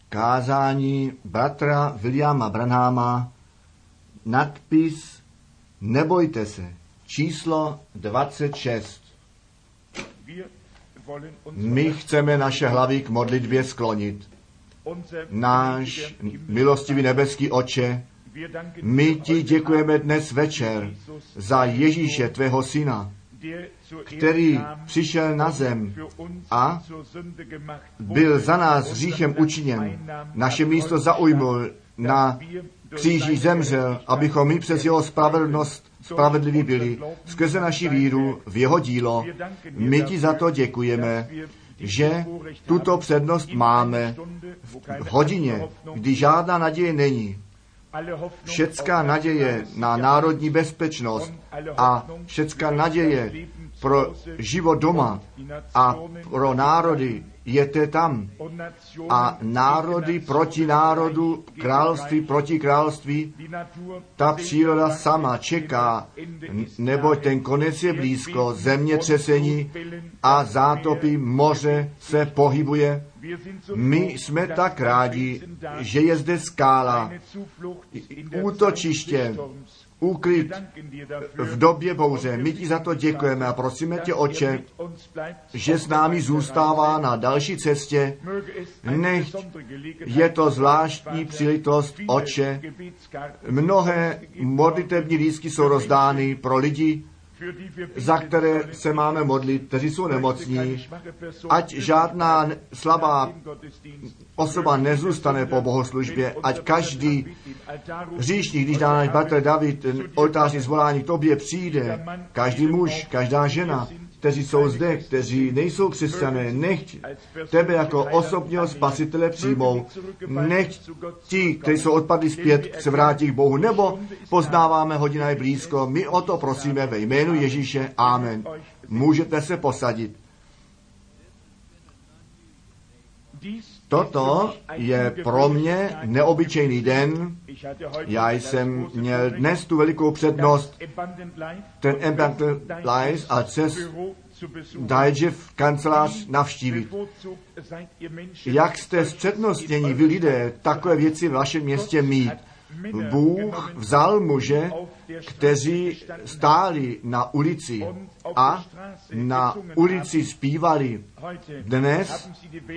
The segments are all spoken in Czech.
kázání bratra Williama Branhama, nadpis Nebojte se, číslo 26. My chceme naše hlavy k modlitbě sklonit. Náš milostivý nebeský Otče, my ti děkujeme dnes večer za Ježíše, tvého syna, který přišel na zem a byl za nás hříchem učiněn. Naše místo zaujmul, na kříži zemřel, abychom my přes jeho spravedlnost spravedliví byli skrze naši víru v jeho dílo. My ti za to děkujeme, že tuto přednost máme v hodině, kdy žádná naděje není. Všecká naděje na národní bezpečnost a všecká naděje pro život doma a pro národy je tam. A národy proti národu, království proti království, ta příroda sama čeká, neboť ten konec je blízko, zemětřesení a zátopy, moře se pohybuje. My jsme tak rádi, že je zde skála, útočiště, úkryt v době bouře. My ti za to děkujeme a prosíme tě, Otče, že s námi zůstává na další cestě. Nechť je to zvláštní příležitost, Otče. Mnohé modlitební lístky jsou rozdány pro lidi, za které se máme modlit, kteří jsou nemocní, ať žádná slabá osoba nezůstane po bohoslužbě, ať každý hříšník, když dá náš bratr David oltářní zvolání k tobě přijde, každý muž, každá žena, kteří jsou zde, kteří nejsou křesťané, nechť tebe jako osobního spasitele přijmou, nechť ti, kteří jsou odpadli zpět, se vrátí k Bohu, nebo poznáváme, hodina je blízko, my o to prosíme ve jménu Ježíše, amen. Můžete se posadit. Toto je pro mě neobyčejný den. Já jsem měl dnes tu velikou přednost, ten Abundant Life a přes Dijkův kancelář navštívit. Jak jste zpřednostnění vy lidé takové věci v vašem městě mít? Bůh vzal muže, kteří stáli na ulici a na ulici zpívali. Dnes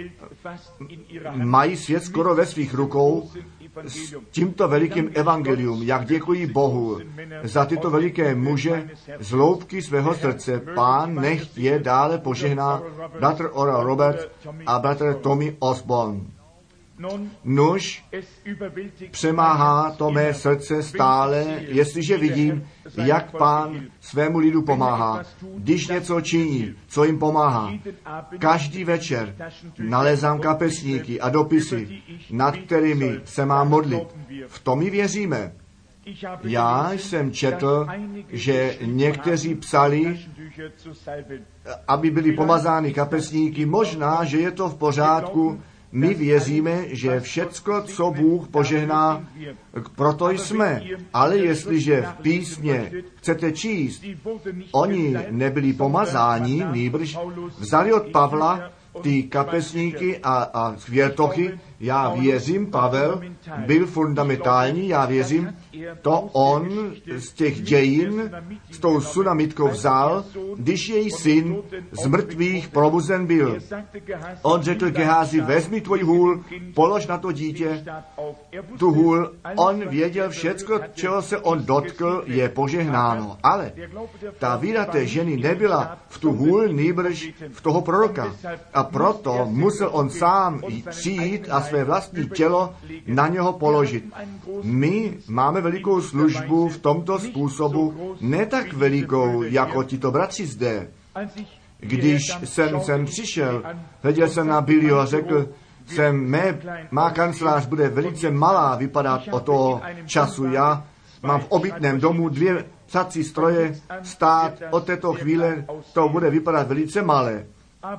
mají svět skoro ve svých rukou s tímto velikým evangelium. Jak děkuji Bohu za tyto veliké muže z hloubky svého srdce. Pán nechť je dále požehná bratr Oral Roberts a bratr Tommy Osborne. Nuž, přemáhá to mé srdce stále, jestliže vidím, jak Pán svému lidu pomáhá. Když něco činí, co jim pomáhá. Každý večer nalézám kapesníky a dopisy, nad kterými se má modlit. V to my věříme. Já jsem četl, že někteří psali, aby byli pomazány kapesníky. Možná, že je to v pořádku. My věříme, že všecko, co Bůh požehná, proto jsme. Ale jestliže v písmě chcete číst, oni nebyli pomazáni, nýbrž vzali od Pavla ty kapesníky a svěrtochy. Já věřím, Pavel byl fundamentální, já věřím, to on z těch dějin s tou sunamitkou vzal, když její syn z mrtvých probuzen byl. On řekl Gehazi, vezmi tvůj hůl, polož na to dítě tu hůl. On věděl všecko, čeho se on dotkl, je požehnáno. Ale ta víra té ženy nebyla v tu hůl, nýbrž v toho proroka. A proto musel on sám přijít a své vlastní tělo na něho položit. My máme velikou službu v tomto způsobu, ne tak velikou, jako tito bratři zde. Když jsem sem přišel, hleděl jsem na Billyho a řekl jsem, má kancelář bude velice malá vypadat od toho času. Já mám v obytném domu 2 psací stroje stát, od této chvíle to bude vypadat velice malé.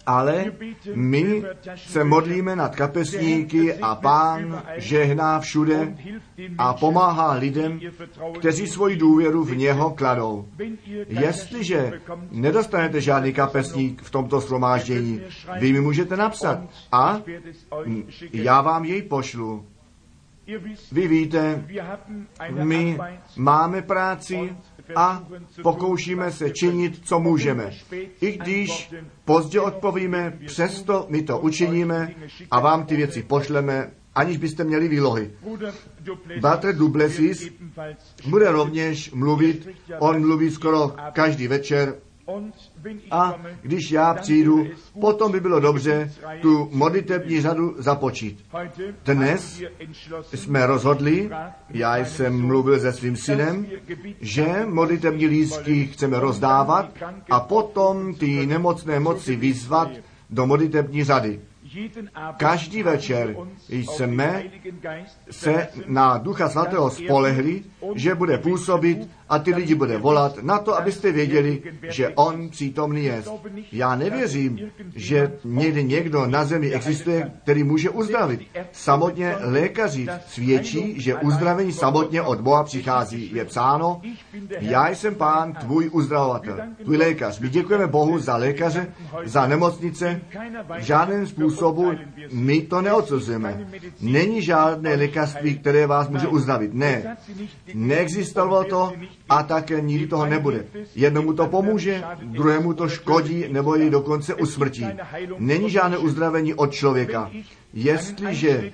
Ale my se modlíme nad kapesníky a Pán žehná všude a pomáhá lidem, kteří svoji důvěru v něho kladou. Jestliže nedostanete žádný kapesník v tomto shromáždění, vy mi můžete napsat a já vám jej pošlu. Vy víte, my máme práci a pokoušíme se činit, co můžeme. I když pozdě odpovíme, přesto my to učiníme a vám ty věci pošleme, aniž byste měli výlohy. Bratr Duplessis bude rovněž mluvit, on mluví skoro každý večer. A když já přijdu, potom by bylo dobře tu modlitební řadu započít. Dnes jsme rozhodli, já jsem mluvil se svým synem, že modlitební lístky chceme rozdávat a potom ty nemocné moci vyzvat do modlitební řady. Každý večer jsme se na Ducha Svatého spolehli, že bude působit a ty lidi bude volat na to, abyste věděli, že on přítomný je. Já nevěřím, že někde někdo na zemi existuje, který může uzdravit. Samotně lékaři svědčí, že uzdravení samotně od Boha přichází. Je psáno, já jsem Pán, tvůj uzdravovatel, tvůj lékař. My děkujeme Bohu za lékaře, za nemocnice. V žádném způsobu my to neodsuzujeme. Není žádné lékařství, které vás může uzdravit. Ne. Neexistovalo to a také nikdy toho nebude. Jednomu to pomůže, druhému to škodí nebo jej dokonce usmrtí. Není žádné uzdravení od člověka. Jestliže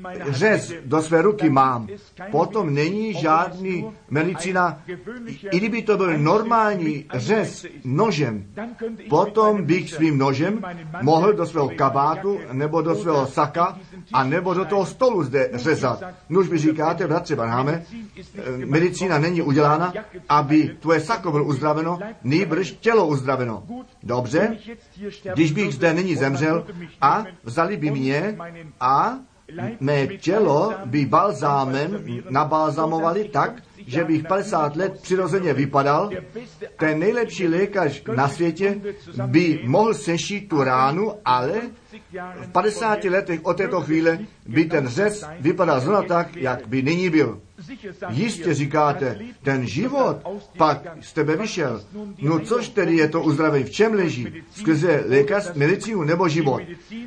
řez do své ruky mám, potom není žádný medicína, i kdyby to byl normální řez nožem, potom bych svým nožem mohl do svého kabátu nebo do svého saka a nebo do toho stolu zde řezat. Nuž vy říkáte, bratře Branhame, medicína není udělána, aby tvoje sako bylo uzdraveno, nýbrž tělo uzdraveno. Dobře, když bych zde nyní zemřel a vzali by mě a mé tělo by balzámem nabalzamovali tak, že bych 50 let přirozeně vypadal, ten nejlepší lékař na světě by mohl sešít tu ránu, ale v 50 letech od této chvíle by ten řez vypadal zrovna tak, jak by nyní byl. Jistě říkáte, ten život pak z tebe vyšel. No což tedy je to uzdravení? V čem leží? Skrze lékař, medicínu nebo život?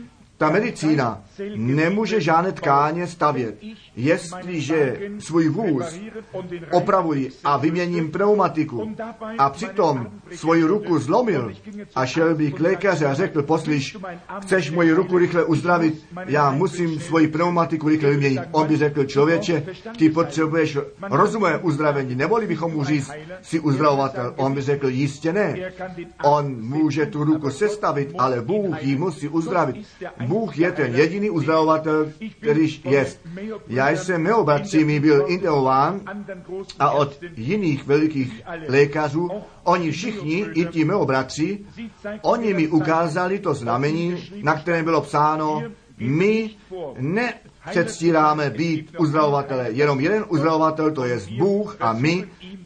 Ta medicína nemůže žádné tkáně stavět. Jestliže svůj vůz opravuji a vyměním pneumatiku a přitom svoji ruku zlomil a šel bych k lékaři a řekl, poslyš, chceš moji ruku rychle uzdravit, já musím svoji pneumatiku rychle vyměnit. On by řekl, člověče, ty potřebuješ rozumné uzdravení, neboli bychom mu říct, jsi uzdravovatel. On by řekl, jistě ne. On může tu ruku sestavit, ale Bůh ji musí uzdravit. Bůh je ten jediný uzdravovatel, který je. Já jsem mého bratřími byl intervjuován a od jiných velikých lékařů, oni všichni, i ti mého bratři, oni mi ukázali to znamení, na kterém bylo psáno, my nepředstíráme být uzdravovatele. Jenom jeden uzdravovatel, to je Bůh a my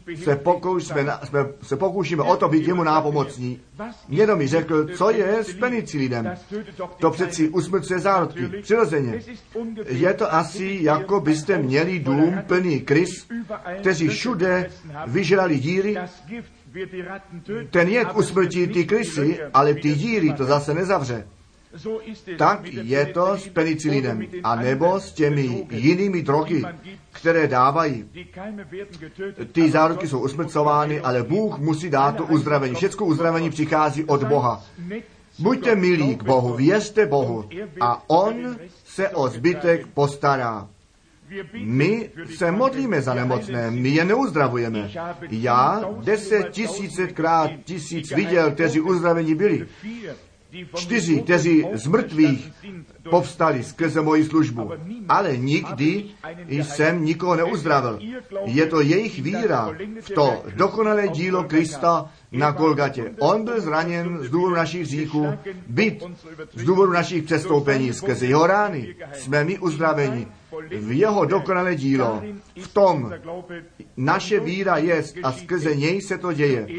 se pokoušíme o to být jemu nápomocní. Někdo mi řekl, co je s penicilinem. To přeci usmrcuje zárodky. Přirozeně. Je to asi, jako byste měli dům plný krys, kteří všude vyžrali díry. Ten jed usmrtí ty krysy, ale ty díry to zase nezavře. Tak je to s penicilinem, a nebo s těmi jinými drogy, které dávají. Ty zárodky jsou usmrcovány, ale Bůh musí dát to uzdravení. Všechno uzdravení přichází od Boha. Buďte milí k Bohu, věřte Bohu a On se o zbytek postará. My se modlíme za nemocné, my je neuzdravujeme. Já 10 000krát viděl, kteří uzdraveni byli. 4, kteří z mrtvých povstali skrze moji službu. Ale nikdy jsem nikoho neuzdravil. Je to jejich víra v to dokonalé dílo Krista na Golgatě. On byl zraněn z důvodu našich hříchů, byt z důvodu našich přestoupení. Skrze jeho rány jsme my uzdraveni. V jeho dokonalé dílo. V tom naše víra je a skrze něj se to děje.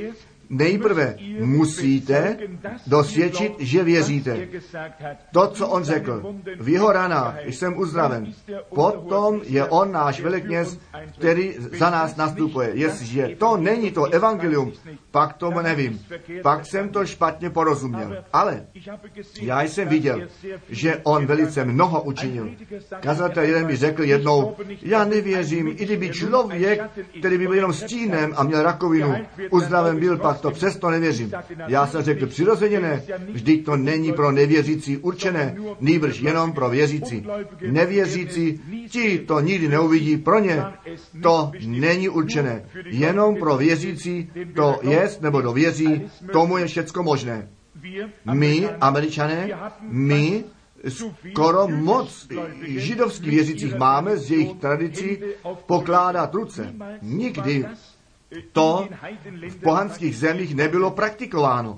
nejprve musíte dosvědčit, že věříte. To, co on řekl, v jeho ranách jsem uzdraven. Potom je on náš velekněz, který za nás nastupuje. Jestliže to není to evangelium, pak tomu nevím. Pak jsem to špatně porozuměl. Ale já jsem viděl, že on velice mnoho učinil. Kazatel jeden mi řekl jednou, já nevěřím, i kdyby člověk, který by byl jenom stínem a měl rakovinu, uzdraven byl, pak to přesto nevěřím. Já jsem řekl, přirozeně ne, vždyť to není pro nevěřící určené, nýbrž jenom pro věřící. Nevěřící, ti to nikdy neuvidí, pro ně to není určené. Jenom pro věřící to jest, nebo dověří, tomu je všecko možné. My, Američané, my skoro moc židovských věřících máme z jejich tradicí pokládat ruce. Nikdy to v pohanských zemích nebylo praktikováno.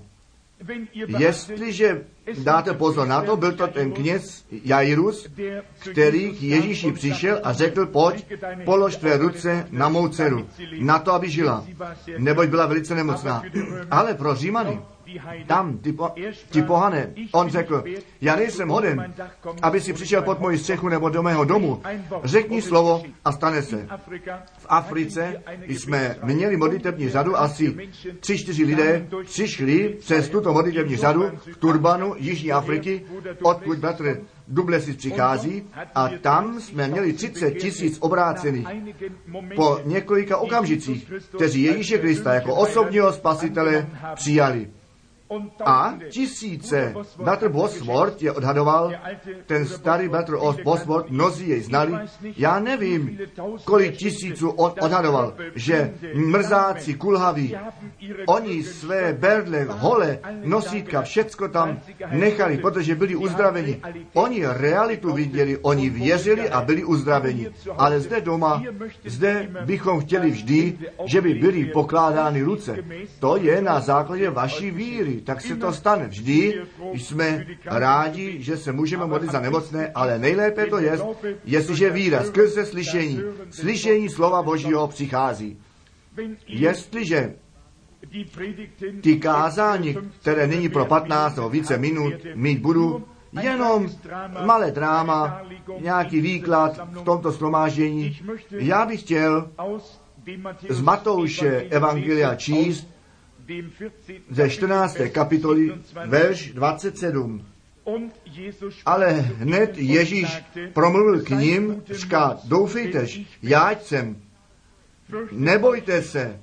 Jestliže dáte pozor na to, byl to ten kněz Jairus, který k Ježíši přišel a řekl, pojď, polož tvé ruce na mou dceru, na to, aby žila, neboť byla velice nemocná. Ale pro Římany, tam ti pohané, on řekl, já nejsem hoden, aby si přišel pod moji střechu nebo do mého domu. Řekni slovo a stane se. V Africe jsme měli modlitební řadu, asi 3-4 lidé přišli přes tuto modlitební řadu v Turbanu Jižní Afriky, odkud bratr Duplessis přichází, a tam jsme měli 30 000 obrácených po několika okamžicích, kteří Ježíše Krista jako osobního spasitele přijali. A tisíce, bratr Bosworth je odhadoval, ten starý bratr Bosworth, mnozí jej znali, já nevím, kolik tisíců odhadoval, že mrzáci, kulhaví, oni své berdle, hole, nosítka, všecko tam nechali, protože byli uzdraveni. Oni realitu viděli, oni věřili a byli uzdraveni. Ale zde doma, zde bychom chtěli vždy, že by byly pokládány ruce. To je na základě vaší víry. Tak se to stane. Vždy jsme rádi, že se můžeme modlit za nemocné, ale nejlépe to je, jestliže víra skrze slyšení slova Božího přichází. Jestliže ty kázání, které nyní pro 15 nebo více minut mít budu, jenom malé dráma, nějaký výklad v tomto shromáždění, já bych chtěl z Matouše evangelia číst ze 14. kapitoly, verš 27. Ale hned Ježíš promluvil k ním, říká, doufejtež, jáť jsem, nebojte se.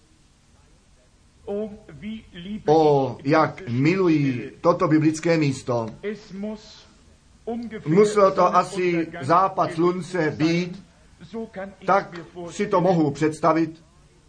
Jak milují toto biblické místo. Muselo to asi západ slunce být, tak si to mohu představit,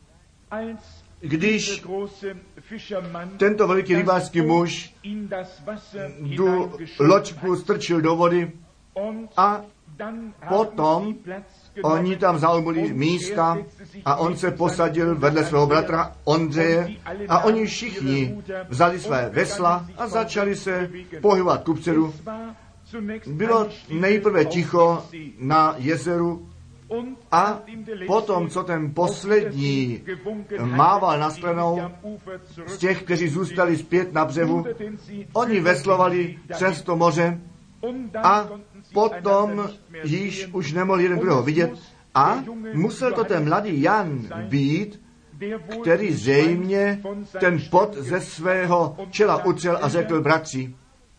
když tento veliký rybářský muž tu loďku strčil do vody a potom oni tam zaujmuli místa a on se posadil vedle svého bratra Ondřeje a oni všichni vzali své vesla a začali se pohybovat kupředu. Bylo nejprve ticho na jezeru a potom, co ten poslední mával na stranou z těch, kteří zůstali zpět na břehu, oni veslovali přes to moře a potom již už nemohl jeden druhého vidět a musel to ten mladý Jan být, který zřejmě ten pot ze svého čela utřel a řekl, bratři,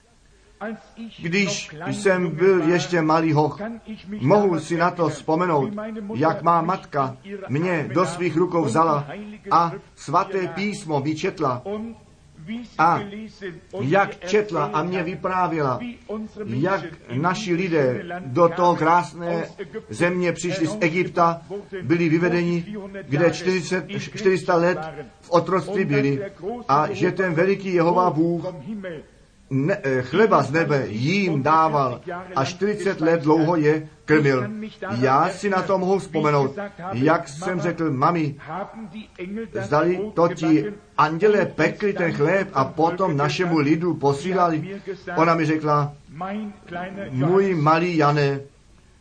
když jsem byl ještě malý hoch, mohu si na to vzpomenout, jak má matka mě do svých rukou vzala a svaté písmo mi četla a jak četla a mě vyprávěla, jak naši lidé do toho krásné země přišli z Egypta, byli vyvedeni, kde 400 let v otroctví byli a že ten veliký Jehova Bůh chleba z nebe jim dával a 40 let dlouho je krmil. Já si na to mohu vzpomenout, jak jsem řekl, mami, zdali to ti andělé pekli ten chléb a potom našemu lidu posílali. Ona mi řekla, můj malý Jane,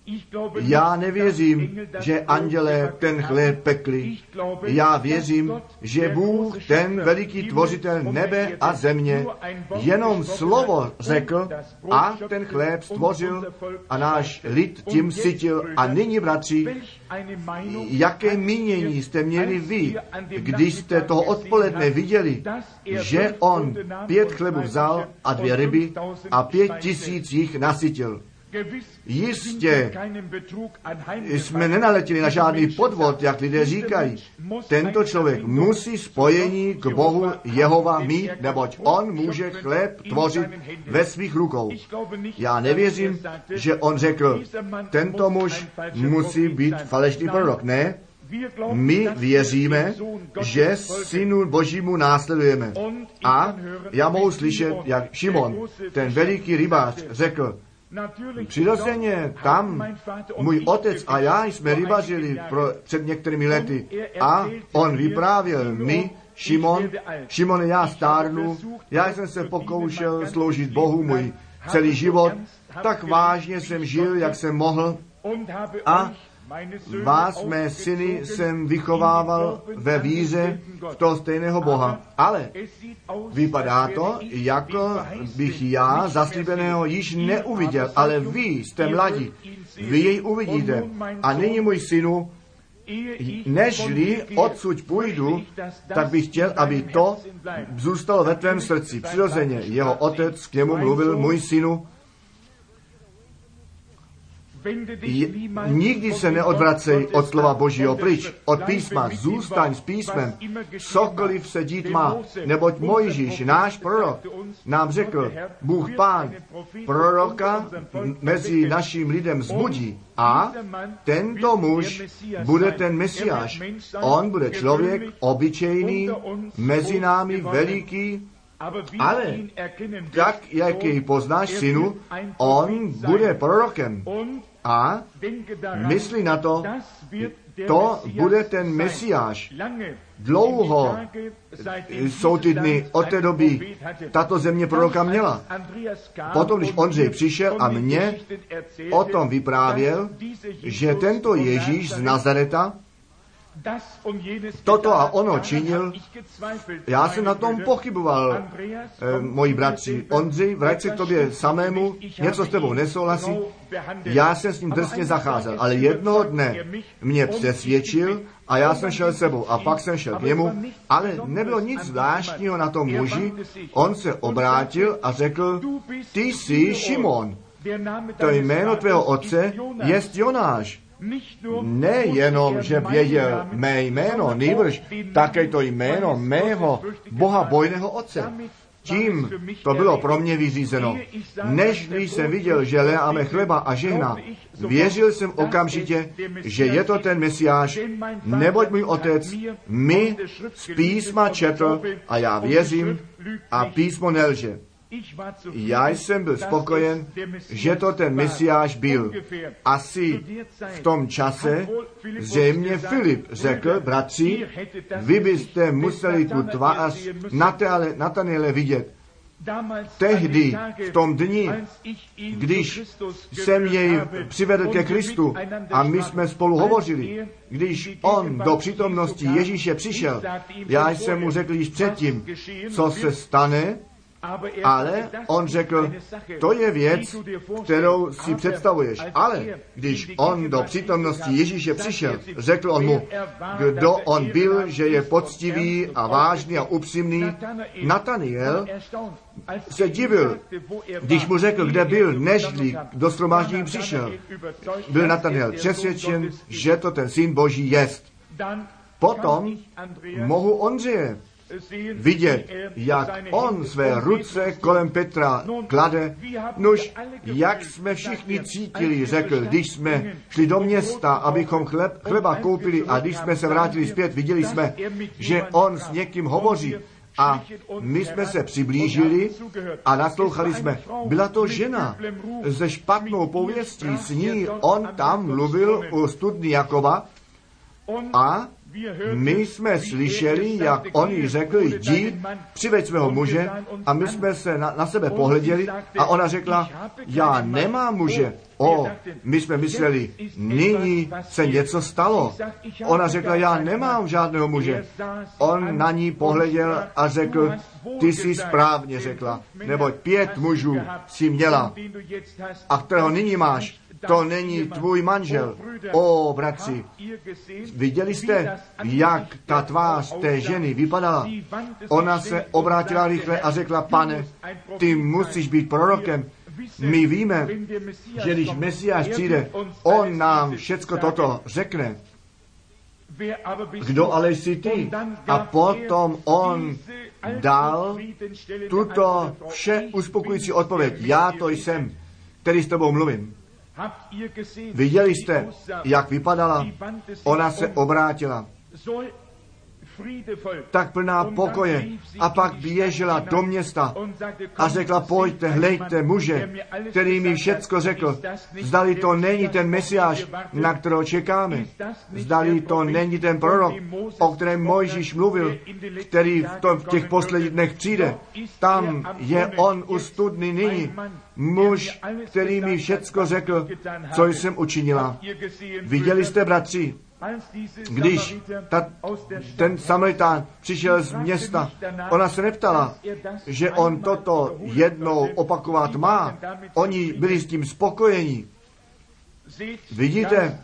Já nevěřím, že andělé ten chléb pekli. Já věřím, že Bůh, ten veliký tvořitel nebe a země, jenom slovo řekl a ten chléb stvořil a náš lid tím sytil. A nyní, bratři, jaké mínění jste měli vy, když jste toho odpoledne viděli, že on 5 chlebů vzal a 2 ryby a 5 000 jich nasytil? Jistě jsme nenaletěli na žádný podvod, jak lidé říkají. Tento člověk musí spojení k Bohu Jehova mít, neboť on může chléb tvořit ve svých rukou. Já nevěřím, že on řekl, tento muž musí být falešný prorok. Ne, my věříme, že Synu Božímu následujeme. A já mohu slyšet, jak Šimon, ten veliký rybář, řekl, přirozeně tam můj otec a já jsme rybařili před některými lety a on vyprávěl mi, Šimon, já stárnu, já jsem se pokoušel sloužit Bohu můj celý život, tak vážně jsem žil, jak jsem mohl a vás, mé syny, jsem vychovával ve víře v toho stejného Boha. Ale vypadá to, jako bych já zaslíbeného již neuviděl, ale vy jste mladí, vy jej uvidíte. A nyní, můj synu, nežli odsud půjdu, tak bych chtěl, aby to zůstalo ve tvém srdci. Přirozeně jeho otec k němu mluvil, můj synu, nikdy se neodvracej od slova Božího pryč, od písma, zůstaň s písmem, cokoliv se dít má, neboť Mojžíš, náš prorok, nám řekl, Bůh Pán, proroka mezi naším lidem vzbudí a tento muž bude ten Mesiáš. On bude člověk obyčejný, mezi námi veliký, ale tak, jak jej poznáš, synu, on bude prorokem. A myslí na to, to bude ten Mesiáš. Dlouho jsou ty dny od té doby, tato země proroka měla. Potom, když Ondřej přišel a mě o tom vyprávěl, že tento Ježíš z Nazareta toto a ono činil, já jsem na tom pochyboval, moji bratři. Ondřej, vrať se k tobě samému, něco s tebou nesouhlasí. Já jsem s ním drsně zacházel, ale jednoho dne mě přesvědčil a já jsem šel s sebou a pak jsem šel k němu, ale nebylo nic zvláštního na tom muži. On se obrátil a řekl, ty jsi Šimon, to jméno tvého otce jest Jonáš. Nejenom, že věděl mé jméno, nýbrž také to jméno mého bohabojného otce. Tím to bylo pro mě vyřízeno. Nežli jsem viděl, že léáme chleba a žehna, věřil jsem okamžitě, že je to ten Mesiáš, neboť můj otec mi z písma četl a já věřím a písmo nelže. Já jsem byl spokojen, že to ten Mesiáš byl. Asi v tom čase zřejmě Filip řekl, bratři, vy byste museli tu tvář Natanaele vidět. Tehdy, v tom dni, když jsem jej přivedl ke Kristu a my jsme spolu hovořili, když on do přítomnosti Ježíše přišel, já jsem mu řekl již předtím, co se stane, ale on řekl, to je věc, kterou si představuješ. Ale když on do přítomnosti Ježíše přišel, řekl on mu, kdo on byl, že je poctivý a vážný a upřímný. Natanael se divil, když mu řekl, kde byl, nežli do shromáždění přišel. Byl Natanael přesvědčen, že to ten Syn Boží jest. Potom mohu Ondřeje vidět, jak on své ruce kolem Petra klade. Nož, jak jsme všichni cítili, řekl, když jsme šli do města, abychom chleba koupili a když jsme se vrátili zpět, viděli jsme, že on s někým hovoří. A my jsme se přiblížili a naslouchali jsme. Byla to žena se špatnou pověstí, s ní on tam mluvil u studny Jakoba a My jsme slyšeli, jak on jí řekl, jdi, přiveď svého muže, a my jsme se na sebe pohleděli a ona řekla, já nemám muže. My jsme mysleli, nyní se něco stalo. Ona řekla, já nemám žádného muže. On na ní pohleděl a řekl, ty jsi správně řekla, neboť 5 mužů jsi měla a kterého nyní máš, to není tvůj manžel. Bratři, viděli jste, jak ta tvář té ženy vypadala? Ona se obrátila rychle a řekla, pane, ty musíš být prorokem. My víme, že když Mesiáš přijde, on nám všecko toto řekne. Kdo ale jsi ty? A potom on dal tuto vše uspokojující odpověď. Já to jsem, který s tebou mluvím. Viděli jste, jak vypadala? Ona se obrátila tak plná pokoje a pak běžela do města a řekla, pojďte, hleďte muže, který mi všecko řekl. Zdali to není ten Mesiáš, na kterého čekáme. Zdali to není ten prorok, o kterém Mojžíš mluvil, který v těch posledních dnech přijde. Tam je on u studny nyní. Muž, který mi všecko řekl, co jsem učinila. Viděli jste, bratři, když ten Samaritán přišel z města, ona se neptala, že on toto jednou opakovat má. Oni byli s tím spokojení. Vidíte,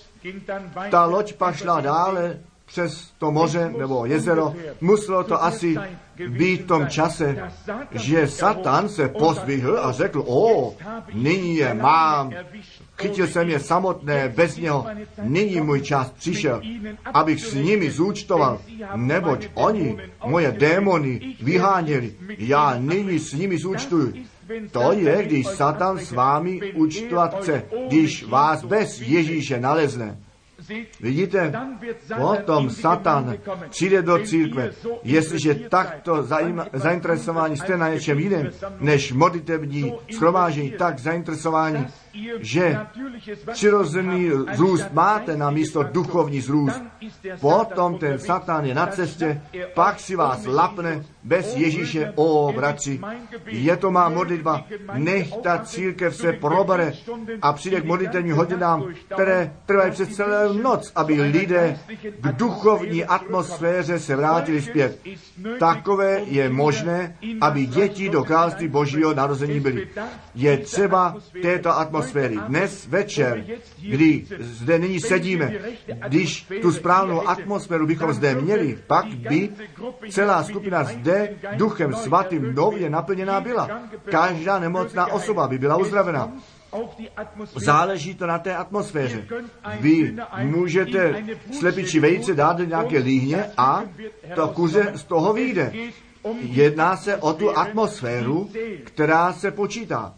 ta loď pak šla dále přes to moře nebo jezero. Muselo to asi být v tom čase, že Satan se pozdvihl a řekl, nyní je mám. Chytil jsem je samotné bez něho. Nyní můj čas přišel, abych s nimi zúčtoval, neboť oni moje démony vyháněli. Já nyní s nimi zúčtuju. To je, když Satan s vámi účtovat chce, když vás bez Ježíše nalezne. Vidíte, potom Satan přijde do církve, jestliže takto zainteresování jste na něčem jiném, než modlitební shromáždění, tak zainteresování, že přirozený zrůst máte na místo duchovní zrůst. Potom ten Satan je na cestě, pak si vás lapne bez Ježíše. Bratři, je to má modlitba, nech ta církev se probere a přijde k modlitevním hodinám, které trvají přes celou noc, aby lidé k duchovní atmosféře se vrátili zpět. Takové je možné, aby děti do království Božího narození byly. Je třeba této atmosféry. Dnes večer, kdy zde nyní sedíme, když tu správnou atmosféru bychom zde měli, pak by celá skupina zde Duchem Svatým nově naplněná byla. Každá nemocná osoba by byla uzdravena. Záleží to na té atmosféře. Vy můžete slepičí vejce dát do nějaké líhně a to kuře z toho vyjde. Jedná se o tu atmosféru, která se počítá.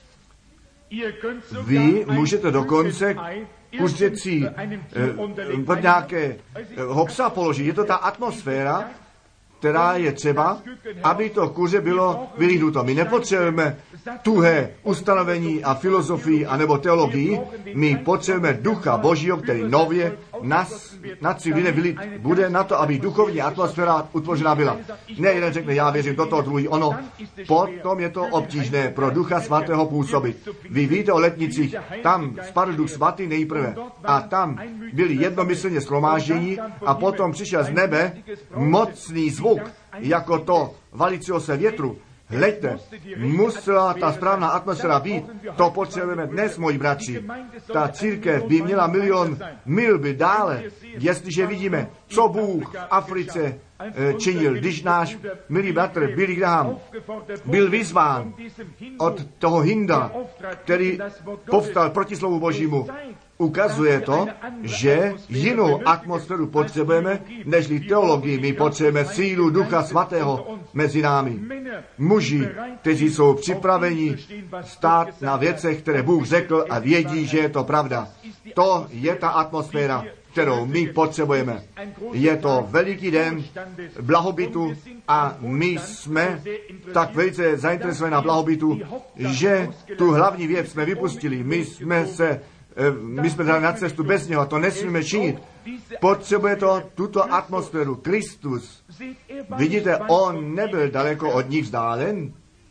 Vy můžete dokonce kuřecí pod nějaké psa položit. Je to ta atmosféra, která je třeba, aby to kuře bylo vylíhnuto. My nepotřebujeme tuhé ustanovení a filozofii anebo teologii, my potřebujeme Ducha Božího, který nově na cíli vylit bude na to, aby duchovní atmosféra utvořená byla. Ne jeden řekne, já věřím do toho, druhý ono. Potom je to obtížné pro Ducha Svatého působit. Vy víte o letnicích, tam spadl Duch Svatý nejprve a tam byli jednomyslně shromáždění a potom přišel z nebe mocný zvuk, jako to valícího se větru. Hleďte, musela ta správná atmosféra být. To potřebujeme dnes, moji bratři. Ta církev by měla 1 000 000 mil by dále, jestliže vidíme, co Bůh v Africe činil. Když náš milý bratr Billy Graham byl vyzván od toho Hinda, který povstal proti slovu Božímu, ukazuje to, že jinou atmosféru potřebujeme, nežli teologii. My potřebujeme sílu Ducha Svatého mezi námi. Muži, kteří jsou připraveni stát na věcech, které Bůh řekl a vědí, že je to pravda. To je ta atmosféra, kterou my potřebujeme. Je to veliký den blahobytu a my jsme tak velice zainteresovaní na blahobytu, že tu hlavní věc jsme vypustili. My jsme se my jsme dali na cestu bez něho, to nesmíme činit. Potřebuje to tuto atmosféru. Kristus. Vidíte, on nebyl daleko od nich vzdálen,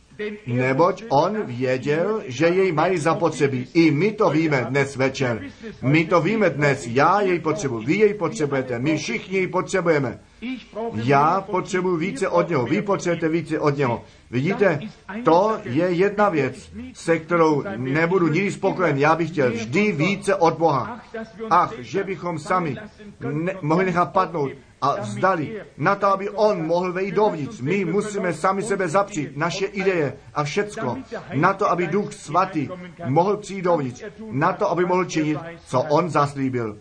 neboť on věděl, že jej mají zapotřebí. I my to víme dnes večer. My to víme dnes. Já jej potřebuji, vy jej potřebujete, my všichni jej potřebujeme. Já potřebuji více od něho, vy potřebujete více od něho. Vidíte, to je jedna věc, se kterou nebudu nikdy spokojen. Já bych chtěl vždy více od Boha. Ach, že bychom sami mohli nechat padnout a vzdali na to, aby on mohl vejít dovnitř. My musíme sami sebe zapřít, naše ideje a všecko, na to, aby Duch Svatý mohl přijít dovnitř, na to, aby mohl činit, co on zaslíbil.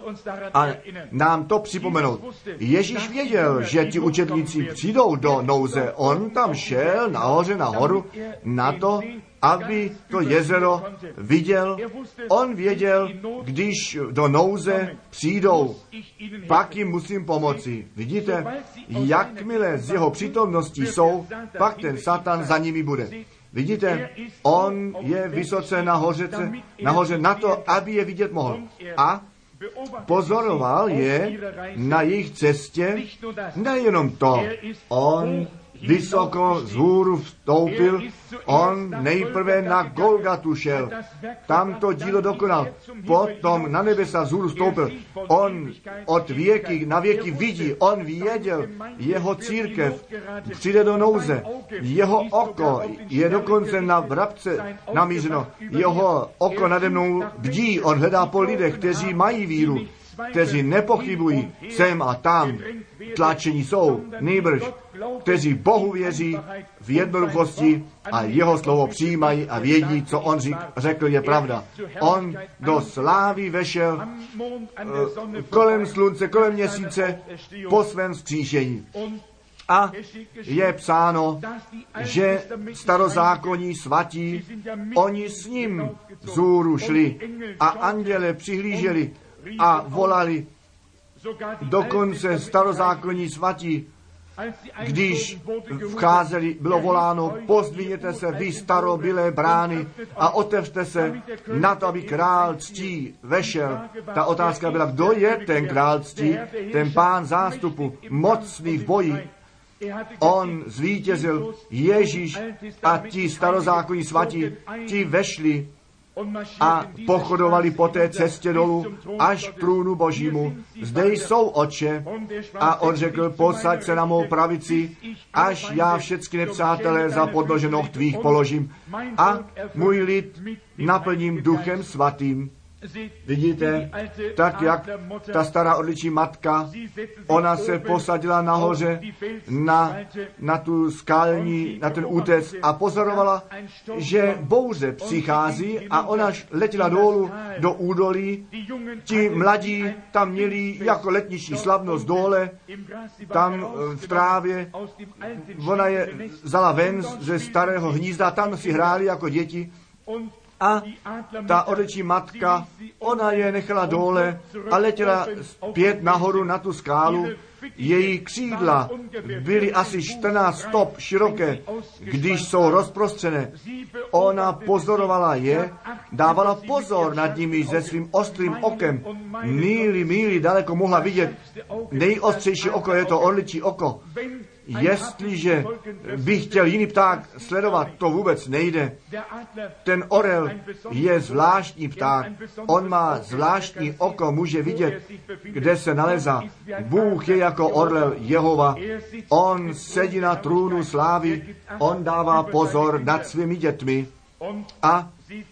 A nám to připomenout. Ježíš věděl, že ti učedníci přijdou do nouze. On tam šel nahoře na horu na to, aby to jezero viděl. On věděl, když do nouze přijdou, pak jim musím pomoci. Vidíte, jakmile z jeho přítomností jsou, pak ten Satan za nimi bude. Vidíte, on je vysoce nahoře na to, aby je vidět mohl. A pozoroval je na jejich cestě, nejenom to, on vysoko z hůru vstoupil, on nejprve na Golgatu šel, tam to dílo dokonal, potom na nebesa z hůru vstoupil, on od věky na věky vidí, on věděl, jeho církev přijde do nouze, jeho oko je dokonce na vrabce namířeno, jeho oko nade mnou bdí, on hledá po lidech, kteří mají víru, kteří nepochybují, sem a tam, tlačení jsou, nýbrž, kteří Bohu věří v jednoduchosti a jeho slovo přijímají a vědí, co on řekl, je pravda. On do slávy vešel kolem slunce, kolem měsíce po svém vzkříšení. A je psáno, že starozákonní svatí, oni s ním vzhůru šli a anděle přihlíželi a volali, dokonce starozákonní svatí, když vcházeli, bylo voláno, pozdvihněte se, vy starobylé brány a otevřte se na to, aby král ctí vešel. Ta otázka byla, kdo je ten král ctí, ten pán zástupu, mocný v boji. On zvítězil, Ježíš a ti starozákonní svatí, ti vešli a pochodovali po té cestě dolů až k trůnu Božímu. Zde jsou, Otče. A on řekl, posaď se na mou pravici, až já všechny nepřátelé za podnoženou tvých položím a můj lid naplním Duchem Svatým. Vidíte, tak jak ta stará odličí matka, ona se posadila nahoře na tu skalní, na ten útec a pozorovala, že bouře přichází a ona letěla dolů do údolí. Ti mladí tam měli jako letniční slavnost dole, tam v trávě. Ona je vzala ven ze starého hnízda, tam si hráli jako děti. A ta odličí matka, ona je nechala dole a letěla zpět nahoru na tu skálu. Její křídla byly asi 14 stop široké, když jsou rozprostřené. Ona pozorovala je, dávala pozor nad nimi se svým ostrým okem. Míli daleko mohla vidět. Nejostřejší oko je to orličí oko. Jestliže bych chtěl jiný pták sledovat, to vůbec nejde. Ten orel je zvláštní pták. On má zvláštní oko, může vidět, kde se nalezá. Bůh je jako orel Jehova. On sedí na trůnu slávy, on dává pozor nad svými dětmi a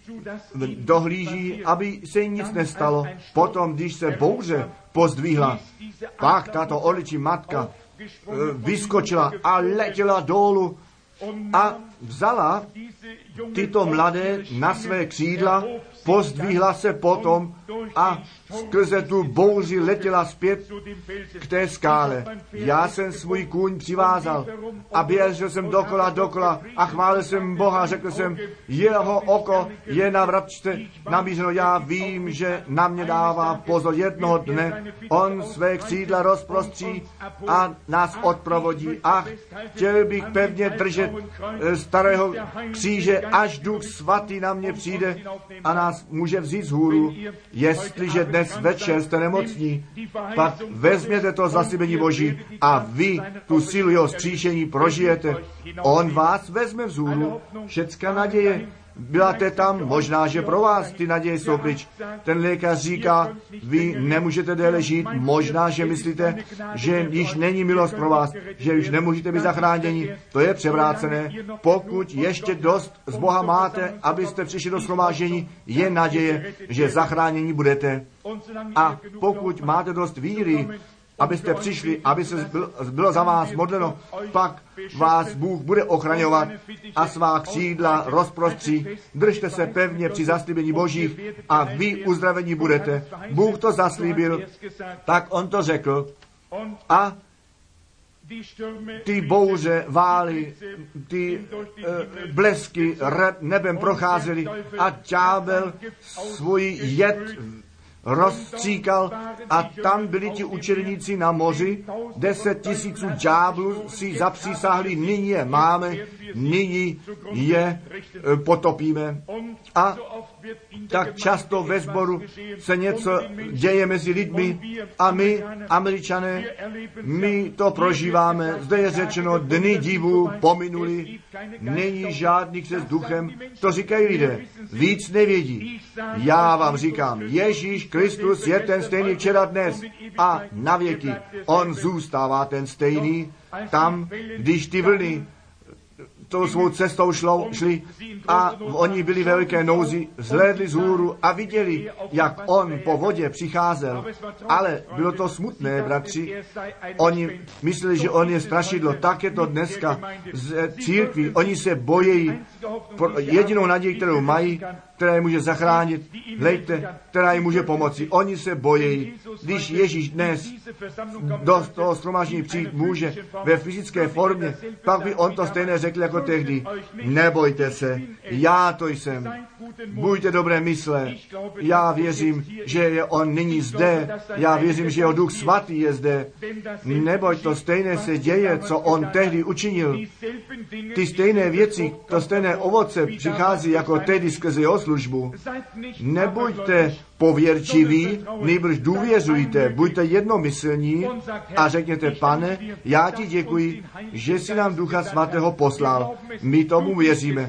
dohlíží, aby se jí nic nestalo. Potom, když se bouře pozdvihla, pak tato orličí matka vyskočila a letěla dolů a vzala tyto mladé na své křídla, pozdvihla se potom a skrze tu bouři letěla zpět k té skále. Já jsem svůj kůň přivázal a běžel jsem dokola a chválil jsem Boha, řekl jsem, jeho oko je na vrabčce namířeno, já vím, že na mě dává pozor. Jednoho dne on své křídla rozprostří a nás odprovodí. Ach, chtěl bych pevně držet starého kříže, až Duch Svatý na mě přijde a nás vás může vzít z hůru. Jestliže dnes večer jste nemocní, pak vezměte to zaslíbení Boží a vy tu sílu jeho vzkříšení prožijete. On vás vezme vzhůru. Všecká naděje. Bylate tam, možná, že pro vás ty naděje jsou pryč. Ten lékař říká, vy nemůžete déle žít, možná, že myslíte, že již není milost pro vás, že už nemůžete být zachráněni. To je převrácené. Pokud ještě dost z Boha máte, abyste přišli do shromáždění, je naděje, že zachráněni budete. A pokud máte dost víry, abyste přišli, aby se bylo za vás modleno, pak vás Bůh bude ochraňovat a svá křídla rozprostří. Držte se pevně při zaslíbení Božích a vy uzdravení budete. Bůh to zaslíbil, tak on to řekl a ty bouře, vály, ty blesky nebem procházely a ďábel svůj jed rozstříkal a tam byli ti učedníci na moři, 10 000 ďáblů si zapřísáhli, nyní je máme, nyní je potopíme. A tak často ve sboru se něco děje mezi lidmi a my, Američané, my to prožíváme. Zde je řečeno, dny divu pominuli, není žádný křest duchem. To říkají lidé, víc nevědí. Já vám říkám, Ježíš Kristus je ten stejný včera, dnes a na věky. On zůstává ten stejný tam, když ty vlny tou svou cestou šli a oni byli ve velké nouzi, zhlédli z hůru a viděli, jak on po vodě přicházel. Ale bylo to smutné, bratři. Oni mysleli, že on je strašidlo. Tak je to dneska z církví. Oni se bojí. Jedinou naději, kterou mají, která je může zachránit, hleďte, která jim může pomoci. Oni se bojí, když Ježíš dnes do toho shromáždění přijít může ve fyzické formě, pak by on to stejné řekl jako tehdy. Nebojte se, já to jsem. Buďte dobré mysle. Já věřím, že je on nyní zde. Já věřím, že jeho Duch Svatý je zde. Neboť to stejné se děje, co on tehdy učinil. Ty stejné věci, to stejné ovoce přichází jako tehdy skrze jeho službu. Nebuďte pověrčiví, nýbrž důvěřujte, buďte jednomyslní a řekněte, Pane, já ti děkuji, že jsi nám Ducha Svatého poslal. My tomu věříme.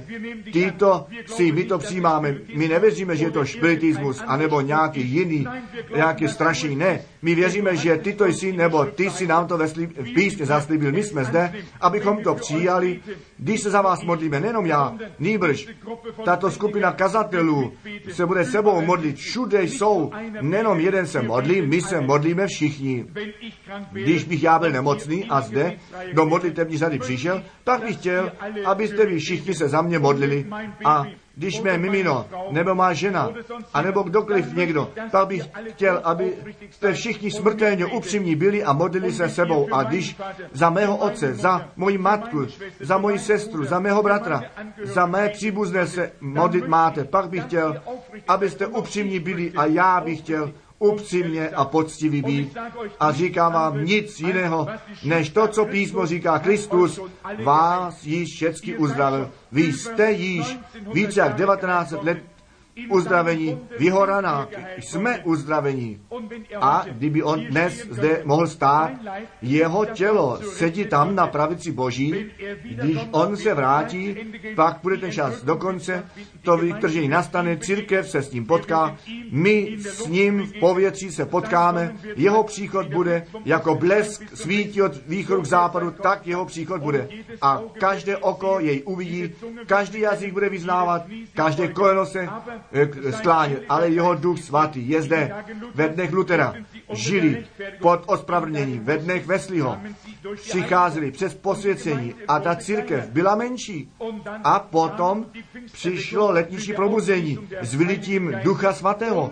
My to přijímáme. My nevěříme, že je to špiritismus, anebo nějaký jiný, nějaký strašný. Ne. My věříme, že ty to jsi, nebo ty si nám to v písně zaslíbil. My jsme zde, abychom to přijali. Když se za vás modlíme, nejenom já, nýbrž tato skupina kazatelů se bude sebou modlit. Všude jsou. Nejenom jeden se modlí, my se modlíme všichni. Když bych já byl nemocný a zde do modlitební řady přišel, tak bych chtěl, abyste vy všichni se za mě modlili. A když mé mimino, nebo má žena, anebo kdokoliv někdo, tak bych chtěl, aby jste všichni smrtelně upřímní byli a modlili se sebou. A když za mého otce, za moji matku, za moji sestru, za mého bratra, za mé příbuzné se modlit máte, pak bych chtěl, abyste upřímní byli a já bych chtěl upřímně a poctivý být. A říkám vám nic jiného, než to, co písmo říká. Kristus vás již všecky uzdravil. Vy jste již více jak 19 let uzdravení, v jeho ranách jsme uzdravení. A kdyby on dnes zde mohl stát, jeho tělo sedí tam na pravici Boží, když on se vrátí, pak bude ten čas dokonce, to vytržení nastane, církev se s ním potká, my s ním v povětří se potkáme, jeho příchod bude jako blesk svítí od východu k západu, tak jeho příchod bude. A každé oko jej uvidí, každý jazyk bude vyznávat, každé koleno se sklánět, ale jeho Duch Svatý je zde. Ve dnech Lutera žili pod ospravedlněním, ve dnech Wesleyho přicházeli přes posvěcení a ta církev byla menší. A potom přišlo letniční probuzení s vylitím Ducha Svatého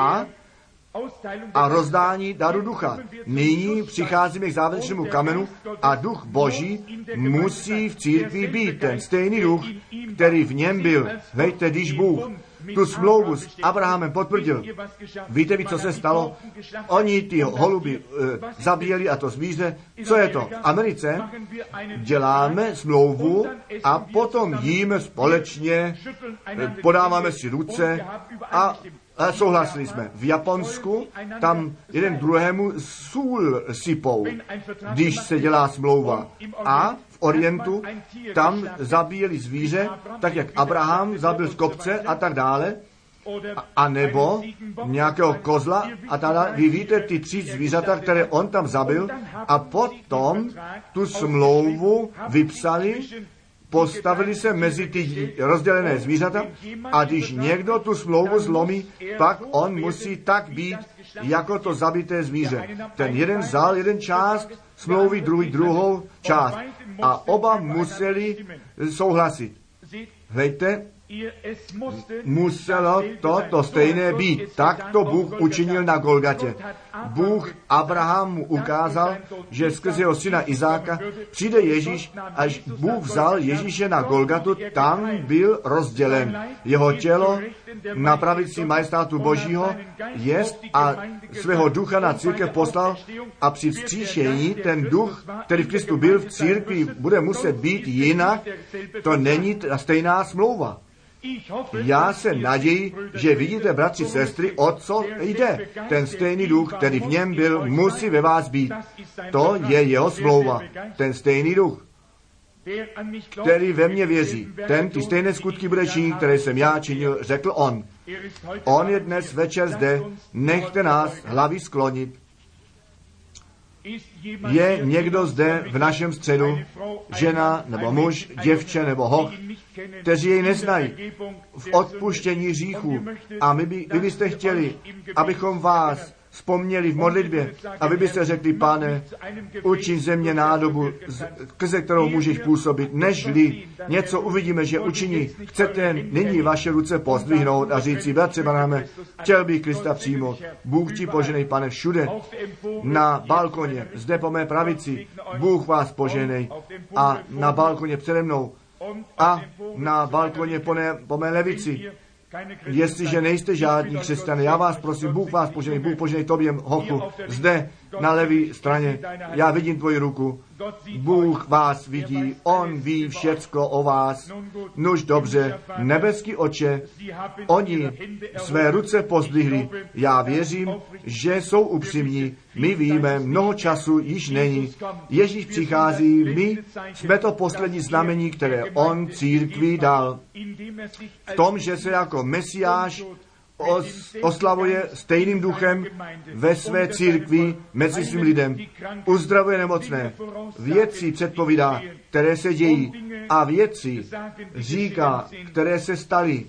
a rozdání daru ducha. Nyní přicházíme k závěrečnému kamenu a Duch Boží musí v církvi být ten stejný duch, který v něm byl. Veďte, když Bůh tu smlouvu s Abrahamem potvrdil. Víte vy, co se stalo? Oni ty holuby zabíjeli a to zvíře. Co je to? V Americe děláme smlouvu a potom jíme společně, podáváme si ruce a souhlasili jsme. V Japonsku tam jeden druhému sůl sypou, když se dělá smlouva. A v Orientu tam zabíjeli zvíře, tak jak Abraham zabil z kopce a tak dále, a nebo nějakého kozla a tak dále. Vy víte ty 3 zvířata, které on tam zabil, a potom tu smlouvu vypsali, postavili se mezi ty rozdělené zvířata, a když někdo tu smlouvu zlomí, pak on musí tak být, jako to zabité zvíře. Ten jeden vzal jeden část smlouvy, druhou část. A oba museli souhlasit. Hejte, muselo to stejné být. Tak to Bůh učinil na Golgatě. Bůh Abrahamu ukázal, že skrze jeho syna Izáka přijde Ježíš, až Bůh vzal Ježíše na Golgatu, tam byl rozdělen. Jeho tělo na pravici majestátu Božího jest a svého ducha na církev poslal, a při vzkříšení ten duch, který v Kristu byl v církvi, bude muset být jinak. To není ta stejná smlouva. Já se naději, že vidíte, bratři, sestry, o co jde. Ten stejný duch, který v něm byl, musí ve vás být. To je jeho smlouva. Ten stejný duch, který ve mně věří. Ten ty stejné skutky bude činit, které jsem já činil, řekl on. On je dnes večer zde. Nechte nás hlavy sklonit. Je někdo zde v našem středu, žena nebo muž, děvče nebo hoch, kteří jej neznají v odpuštění hříchů, a vy byste chtěli, abychom vás vzpomněli v modlitbě, a vy byste řekli: Pane, učiň ze mě nádobu, skrze kterou můžeš působit, nežli něco uvidíme, že učiní. Chcete nyní vaše ruce pozdvihnout a říci: bratře Branhame, chtěl bych Krista přijmout. Bůh ti poženej, Pane, všude. Na balkoně, zde po mé pravici, Bůh vás poženej. A na balkoně přede mnou. A na balkoně po mé levici. Jestliže nejste žádní křesťané, já vás prosím, Bůh vás poženej, Bůh poženej tobě, hochu, zde na levé straně. Já vidím tvoji ruku. Bůh vás vidí, on ví všecko o vás. Nuž dobře, nebeský Otče, oni své ruce pozdvihli. Já věřím, že jsou upřímní. My víme, mnoho času již není. Ježíš přichází, my jsme to poslední znamení, které on církvi dal. V tom, že se jako Mesiáš oslavuje stejným duchem ve své církvi mezi svým lidem. Uzdravuje nemocné. Věci předpovídá, které se dějí, a věci říká, které se staly,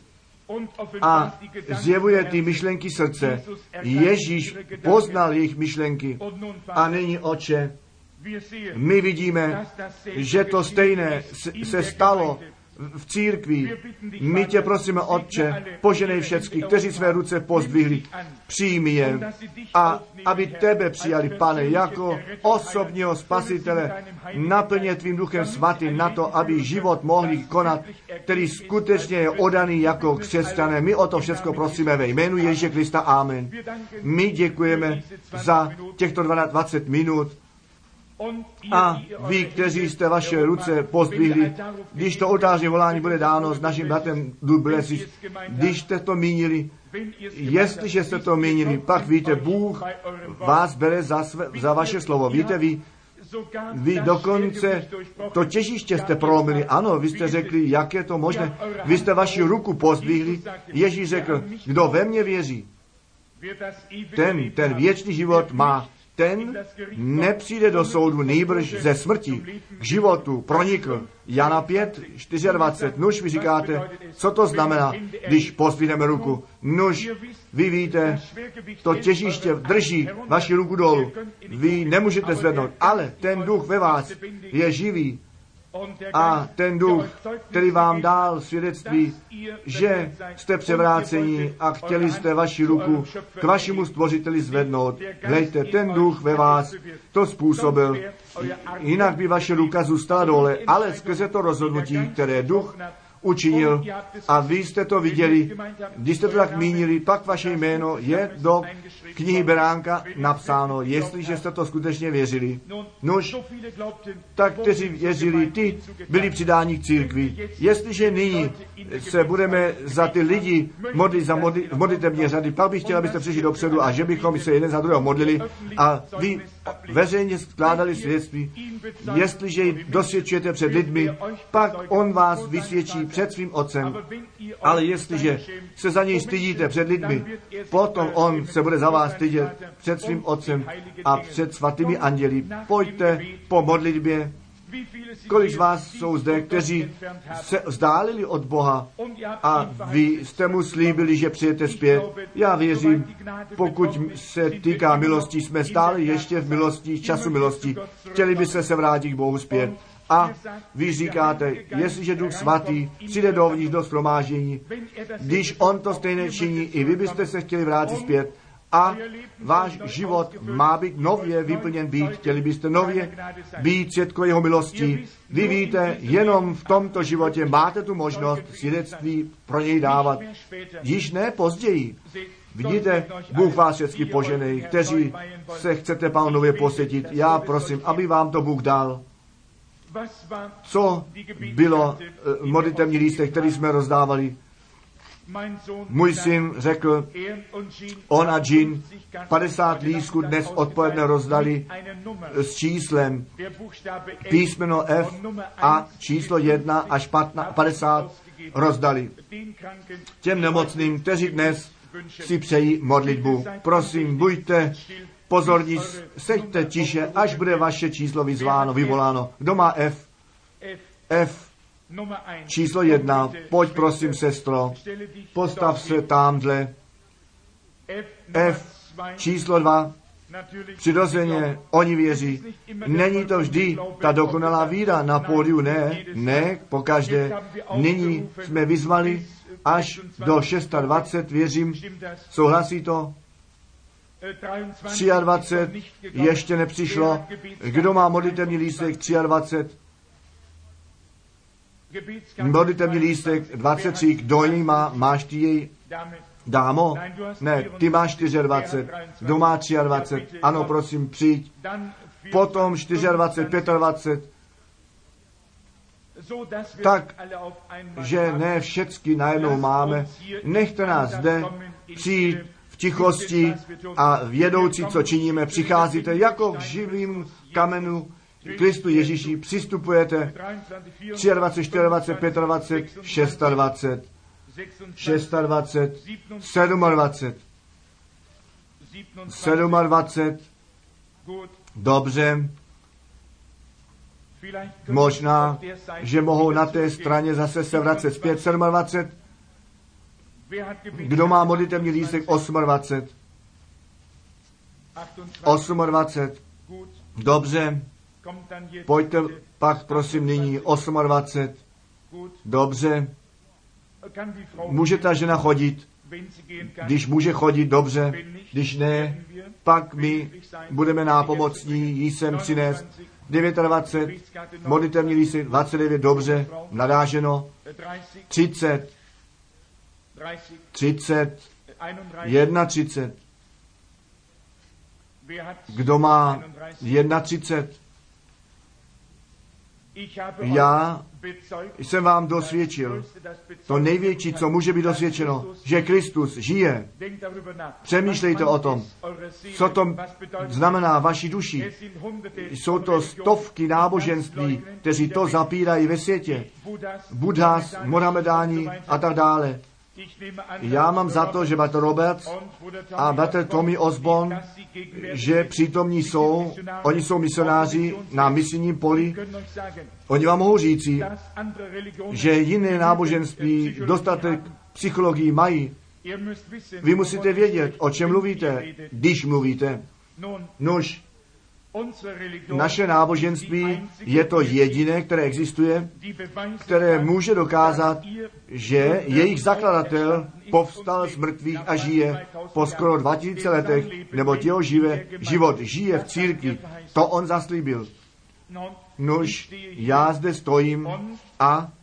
a zjevuje ty myšlenky srdce. Ježíš poznal jejich myšlenky. A nyní, Otče, my vidíme, že to stejné se stalo v církvi. My tě prosíme, Otče, poženej všecky, kteří své ruce pozdvihli, přijmi je, a aby tebe přijali, Pane, jako osobního spasitele, naplně tvým duchem svatým na to, aby život mohli konat, který skutečně je oddaný jako křesťané. My o to všechno prosíme ve jménu Ježíše Krista. Amen. My děkujeme za těchto 20 minut. A vy, kteří jste vaše ruce pozdvihli, když to oltářní volání bude dáno s naším bratrem Dublesis, když jste to mínili, jestliže jste to mínili, pak víte, Bůh vás bere za vaše slovo. Víte, vy dokonce to těžiště jste prolomili. Ano, vy jste řekli, jak je to možné. Vy jste vaši ruku pozdvihli. Ježíš řekl: kdo ve mně věří, ten věčný život má. Ten nepřijde do soudu, nýbrž ze smrti k životu pronikl. Jana 5:24. Nuž, vy říkáte, co to znamená, když pozdvihneme ruku? Nuž, vy víte, to těžiště drží vaši ruku dolů. Vy nemůžete zvednout, ale ten duch ve vás je živý. A ten duch, který vám dal svědectví, že jste převráceni a chtěli jste vaši ruku k vašemu stvořiteli zvednout. Hlejte, ten duch ve vás to způsobil. Jinak by vaše ruka zůstala dole, ale skrze to rozhodnutí, které duch učinil a vy jste to viděli, když jste to tak mínili, pak vaše jméno je do knihy Beránka napsáno, jestliže jste to skutečně věřili. Nož, tak kteří věřili, ty byli přidáni k církvi. Jestliže nyní se budeme za ty lidi modlit za modlitební řady, pak bych chtěl, abyste přišli dopředu a že bychom se jeden za druhého modlili a vy veřejně skládali svědectví. Jestliže dosvědčujete před lidmi, pak on vás vysvědčí před svým otcem. Ale jestliže se za něj stydíte před lidmi, potom on se bude za vás stydět před svým otcem a před svatými anděli. Pojďte po modlitbě. Kolik z vás jsou zde, kteří se vzdálili od Boha a vy jste mu slíbili, že přijete zpět? Já věřím, pokud se týká milosti, jsme stále ještě v milosti, času milosti. Chtěli byste se vrátit k Bohu zpět. A vy říkáte, jestliže Duch Svatý přijde dovnitř do shromáždění, když on to stejně činí, i vy byste se chtěli vrátit zpět. A váš život má být nově vyplněn být. Chtěli byste nově být svědko jeho milosti. Vy víte, jenom v tomto životě máte tu možnost svědectví pro něj dávat. Již ne později. Vidíte, Bůh vás všechny poženej, kteří se chcete Pánově posvětit. Já prosím, aby vám to Bůh dal. Co bylo modlitevní lístek, který jsme rozdávali? Můj syn řekl, on a Jean 50 lístků dnes odpoledne rozdali s číslem písmeno F a číslo 1 až 50 rozdali těm nemocným, kteří dnes si přejí modlitbu. Prosím, buďte pozorní, seďte tiše, až bude vaše číslo vyvoláno. Kdo má F? F. Číslo 1. Pojď prosím, sestro, postav se tamhle. F. Číslo 2. Přirozeně oni věří. Není to vždy ta dokonalá víra na pódiu, ne, pokaždé. Nyní jsme vyzvali až do 26, věřím, souhlasí to? 23 ještě nepřišlo. Kdo má modlitevní lístek 23? Modlitevní lístek 23, kdo ji má? Máš ty jej? Dámo? Ne, ty máš 24. Kdo má 23? Ano, prosím, přijď. Potom 24, 25. Tak, že ne všecky najednou máme. Nechte nás zde přijít v tichosti a vědoucí, co činíme. Přicházíte jako k živým kamenu Kristu Ježíši, přistupujete 23, 24, 25, 26, 26, 27, 27, dobře, možná, že mohou na té straně zase se vracet zpět 27, kdo má modlitevní lístek 28, 28, dobře, pojďte pak prosím nyní 28, dobře, může ta žena chodit, když může chodit, dobře, když ne, pak my budeme nápomocní, jí sem přinést 29, modlitevní lístek 29, dobře, nadáženo, 30, 30, 31, kdo má 31? Já jsem vám dosvědčil, to největší, co může být dosvědčeno, že Kristus žije. Přemýšlejte o tom, co to znamená vaší duši. Jsou to stovky náboženství, kteří to zapírají ve světě. Buddhas, Mohamedáni a tak dále. Já mám za to, že Bratr Roberts a Bratr Tommy Osborne, že přítomní jsou, oni jsou misionáři na misijním poli, oni vám mohou říci, že jiné náboženství dostatek psychologii mají. Vy musíte vědět, o čem mluvíte, když mluvíte. Nož, naše náboženství je to jediné, které existuje, které může dokázat, že jejich zakladatel povstal z mrtvých a žije po skoro 2000 letech, nebo jeho život žije v církvi. To on zaslíbil. Nož, já zde stojím a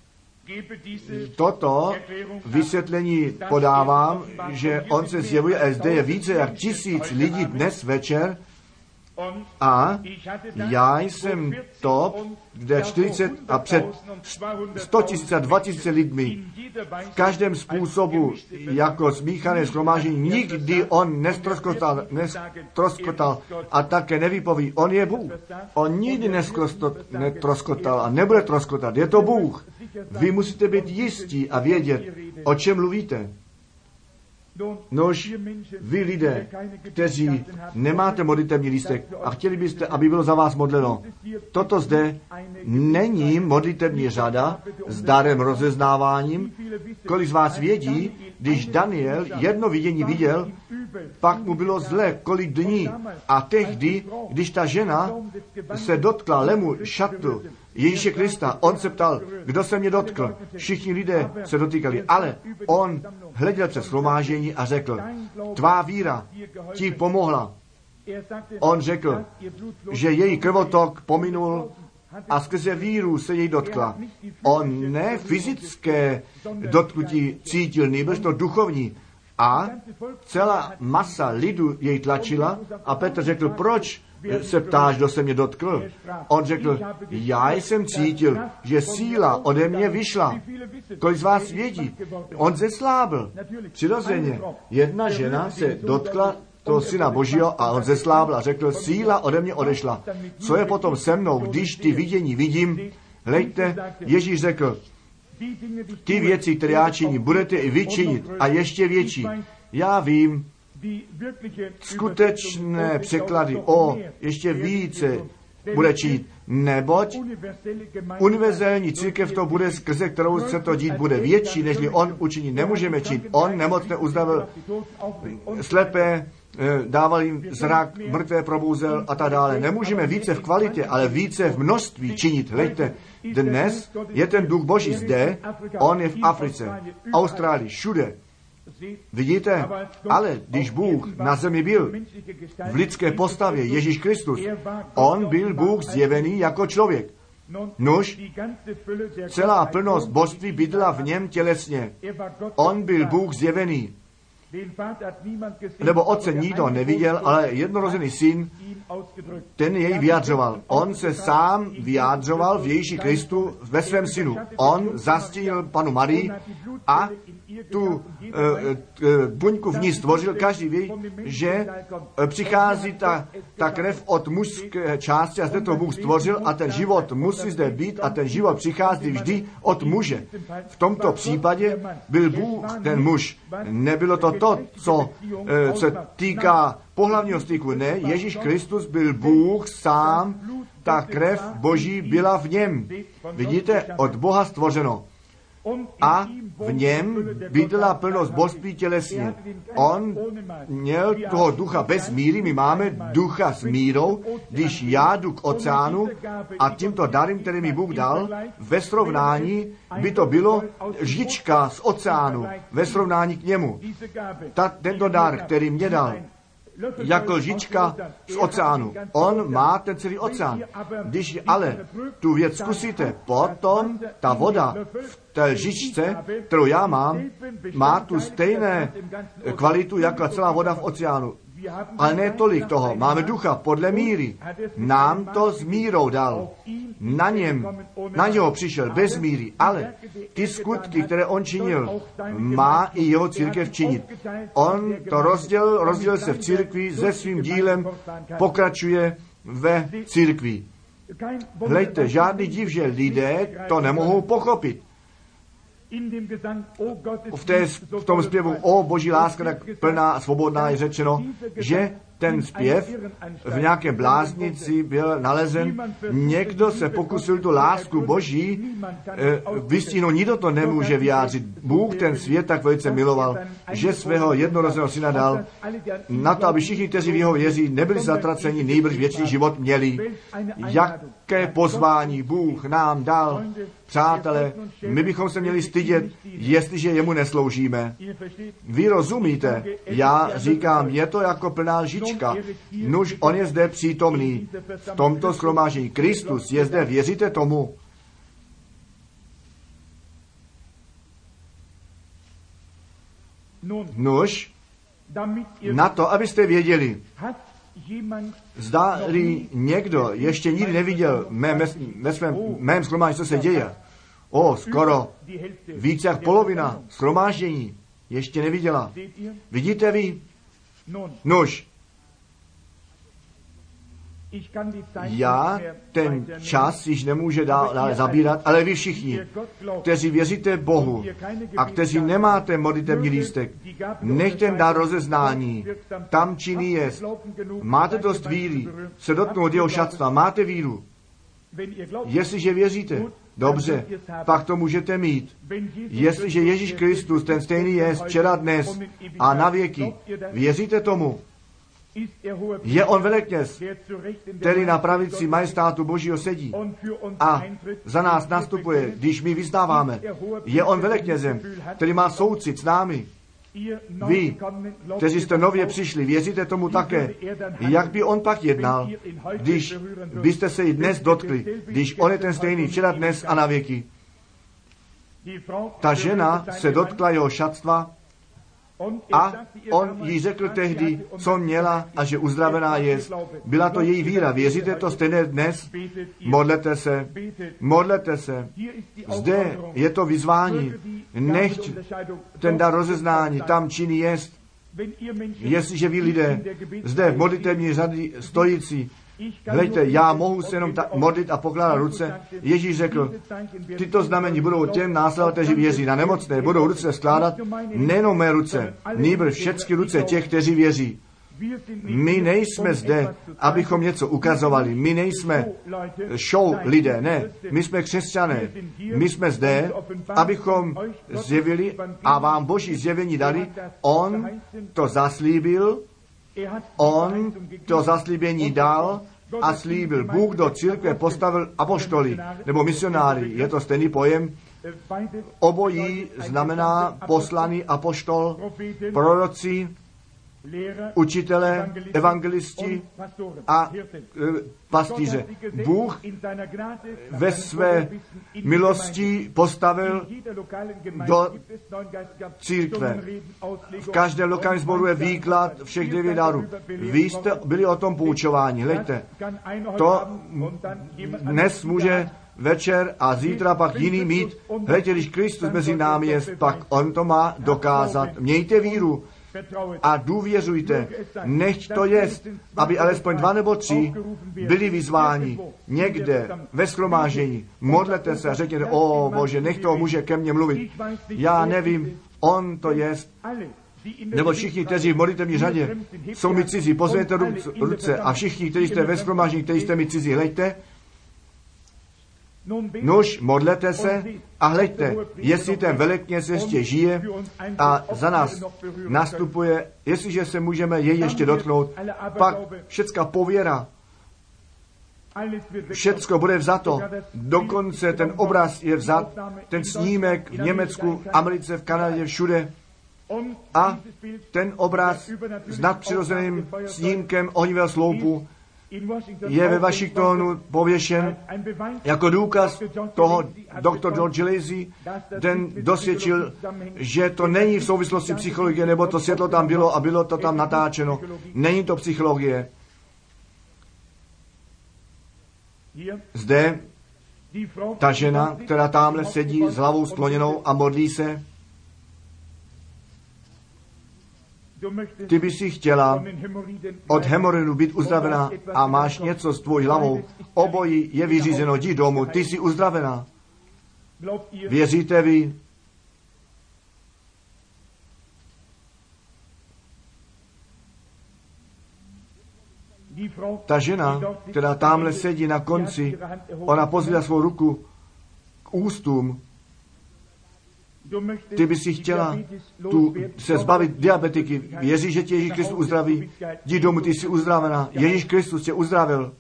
Toto vysvětlení podávám, že on se zjevuje, a zde je více jak 1000 lidí dnes večer, a já jsem to, kde 40 a před 100 000 a 2000 lidmi v každém způsobu jako smíchané shromáždění nikdy on nestroskotal a také nevypoví. On je Bůh. On nikdy netroskotal a nebude troskotat. Je to Bůh. Vy musíte být jistí a vědět, o čem mluvíte. Nož, vy lidé, kteří nemáte modlitevní lístek a chtěli byste, aby bylo za vás modleno, toto zde není modlitevní řada s darem rozeznáváním. Kolik z vás vědí, když Daniel jedno vidění viděl, pak mu bylo zle kolik dní. A tehdy, když ta žena se dotkla lemu šatu Ježíše Krista, on se ptal, kdo se mě dotkl. Všichni lidé se dotýkali, ale on hleděl přes shromáždění a řekl, tvá víra ti pomohla. On řekl, že její krvotok pominul a skrze víru se jej dotkla. On ne fyzické dotknutí cítil, nýbrž to duchovní. A celá masa lidu jej tlačila a Petr řekl, proč se ptáš, kdo se mě dotkl? On řekl, já jsem cítil, že síla ode mě vyšla. Kolik z vás vědí? On zeslábl. Přirozeně. Jedna žena se dotkla toho Syna Božího a on zeslábl a řekl, síla ode mě odešla. Co je potom se mnou, když ty vidění vidím? Hleďte, Ježíš řekl, ty věci, které já činím, budete i vy činit a ještě větší. Já vím, skutečné překlady o ještě více bude činit, neboť univerzální církev to bude, skrze kterou se to dít bude větší, nežli on učinit. Nemůžeme činit. On nemocné uzdravil, slepé, dával jim zrak, mrtvé probouzel a tak dále. Nemůžeme více v kvalitě, ale více v množství činit. Hleďte, dnes je ten duch Boží zde, on je v Africe, Austrálii, všude. Vidíte? Ale když Bůh na zemi byl v lidské postavě, Ježíš Kristus, on byl Bůh zjevený jako člověk. Nož, celá plnost božství bydla v něm tělesně. On byl Bůh zjevený. Lebo otce nikdo neviděl, ale jednorozený syn, ten jej vyjadřoval. On se sám vyjadřoval v Ježíši Kristu ve svém synu. On zastínil panu Marii a tu buňku v ní stvořil. Každý ví, že přichází ta krev od mužské části a zde to Bůh stvořil a ten život musí zde být a ten život přichází vždy od muže. V tomto případě byl Bůh ten muž. Nebylo to, co se týká pohlavního styku. Ne, Ježíš Kristus byl Bůh sám, ta krev Boží byla v něm. Vidíte, od Boha stvořeno. A v něm bydlela plnost božství tělesně. On měl toho ducha bez míry, my máme ducha s mírou, když já jdu k oceánu a tímto darem, který mi Bůh dal, ve srovnání by to bylo lžička z oceánu, ve srovnání k němu. Tento dar, který mě dal, jako lžička z oceánu. On má ten celý oceán. Když ale tu věc zkusíte, potom ta voda v té lžičce, kterou já mám, má tu stejné kvalitu jako celá voda v oceánu. Ale ne tolik toho. Máme ducha podle míry. Nám to s mírou dal. Na něho přišel bez míry. Ale ty skutky, které on činil, má i jeho církev činit. On to rozdělil se v církvi, se svým dílem pokračuje ve církvi. Hleďte, žádný div, že lidé to nemohou pochopit. V tom zpěvu O Boží láska tak plná a svobodná je řečeno, že ten zpěv v nějakém bláznici byl nalezen. Někdo se pokusil tu lásku Boží vystihnout, nikdo to nemůže vyjádřit. Bůh ten svět tak velice miloval, že svého jednorozeného syna dal na to, aby všichni, kteří v jeho věří, nebyli zatraceni, nýbrž věčný život měli. Jaké pozvání Bůh nám dal. Přátelé, my bychom se měli stydět, jestliže jemu nesloužíme. Vy rozumíte? Já říkám, je to jako plná lžička. Nuž, on je zde přítomný. V tomto shromáždění Kristus je zde, věříte tomu? Nuž, na to, abyste věděli, zda-li někdo ještě nikdy neviděl mém shromáždění, co se děje, skoro více jak polovina shromáždění ještě neviděla. Vidíte vy? Nuž, já ten čas již nemůžu dále zabírat, ale vy všichni, kteří věříte Bohu a kteří nemáte modlitební lístek, nechte ten dar rozeznání tam činný jest. Máte dost víry se dotknout jeho šatstva, máte víru. Jestliže věříte, dobře, pak to můžete mít. Jestliže Ježíš Kristus ten stejný je včera, dnes a na věky, věříte tomu? Je on velekněz, který na pravici majestátu Božího sedí a za nás nastupuje, když my vyznáváme. Je on veleknězem, který má soucit s námi. Vy, kteří jste nově přišli, věříte tomu také. Jak by on pak jednal, když byste se i dnes dotkli, když on je ten stejný včera, dnes a na věky. Ta žena se dotkla jeho šatstva a on jí řekl tehdy, co měla a že uzdravená je. Byla to její víra. Věříte to stejné dnes? Modlete se. Modlete se. Zde je to vyzvání. Nechť ten dar rozeznání tam činný jest. Jestliže vy lidé zde v modlitevní řady stojící, hleďte, já mohu se jenom modlit a pokládat ruce. Ježíš řekl, tyto znamení budou těm následovat, kteří věří. Na nemocné budou ruce skládat, nejenom mé ruce, nýbrž všechny ruce těch, kteří věří. My nejsme zde, abychom něco ukazovali. My nejsme show lidé, ne. My jsme křesťané. My jsme zde, abychom zjevili a vám Boží zjevení dali. On to zaslíbil, on to zaslíbení dal a slíbil. Bůh do církve postavil apoštoly nebo misionáry. Je to stejný pojem. Obojí znamená poslaný apoštol, proroci, učitelé, evangelisti a pastýře. Bůh ve své milosti postavil do církve. V každém lokálním sboru je výklad všech 9 darů. Vy jste byli o tom poučováni. Hleďte, to dnes může večer a zítra pak jiný mít. Hleďte, když Kristus mezi námi je, pak on to má dokázat. Mějte víru a důvěřujte, nechť to jest, aby alespoň 2 nebo 3 byli vyzváni někde ve shromáždění. Modlete se a řekněte, o Bože, nech toho muže ke mně mluvit. Já nevím, on to jest. Nebo všichni, kteří v modlitevní řadě jsou mi cizí, pozvěte ruce a všichni, kteří jste ve shromáždění, kteří jste mi cizí, hleďte. Nuž, modlete se a hleďte, jestli ten velekněz ještě žije a za nás nastupuje, jestliže se můžeme jej ještě dotknout, pak všecka pověra, všecko bude vzato. Dokonce ten obraz je vzat, ten snímek v Německu, Americe, v Kanadě, všude. A ten obraz s nadpřirozeným snímkem ohnivého sloupu je ve Washingtonu pověšen jako důkaz toho doktor George Lacy, ten dosvědčil, že to není v souvislosti psychologie, nebo to světlo tam bylo a bylo to tam natáčeno. Není to psychologie. Zde ta žena, která tamhle sedí s hlavou skloněnou a modlí se, ty by si chtěla od hemoroidu být uzdravená a máš něco s tvojí hlavou. Obojí je vyřízeno, jdi domů, ty jsi uzdravená. Věříte vy? Ta žena, která tamhle sedí na konci, ona pozvedla svou ruku k ústům. Ty by si chtěla se zbavit diabetiky. Věříš, že tě Ježíš Kristus uzdraví? Jdi domů, ty jsi uzdravená. Ježíš Kristus tě uzdravil.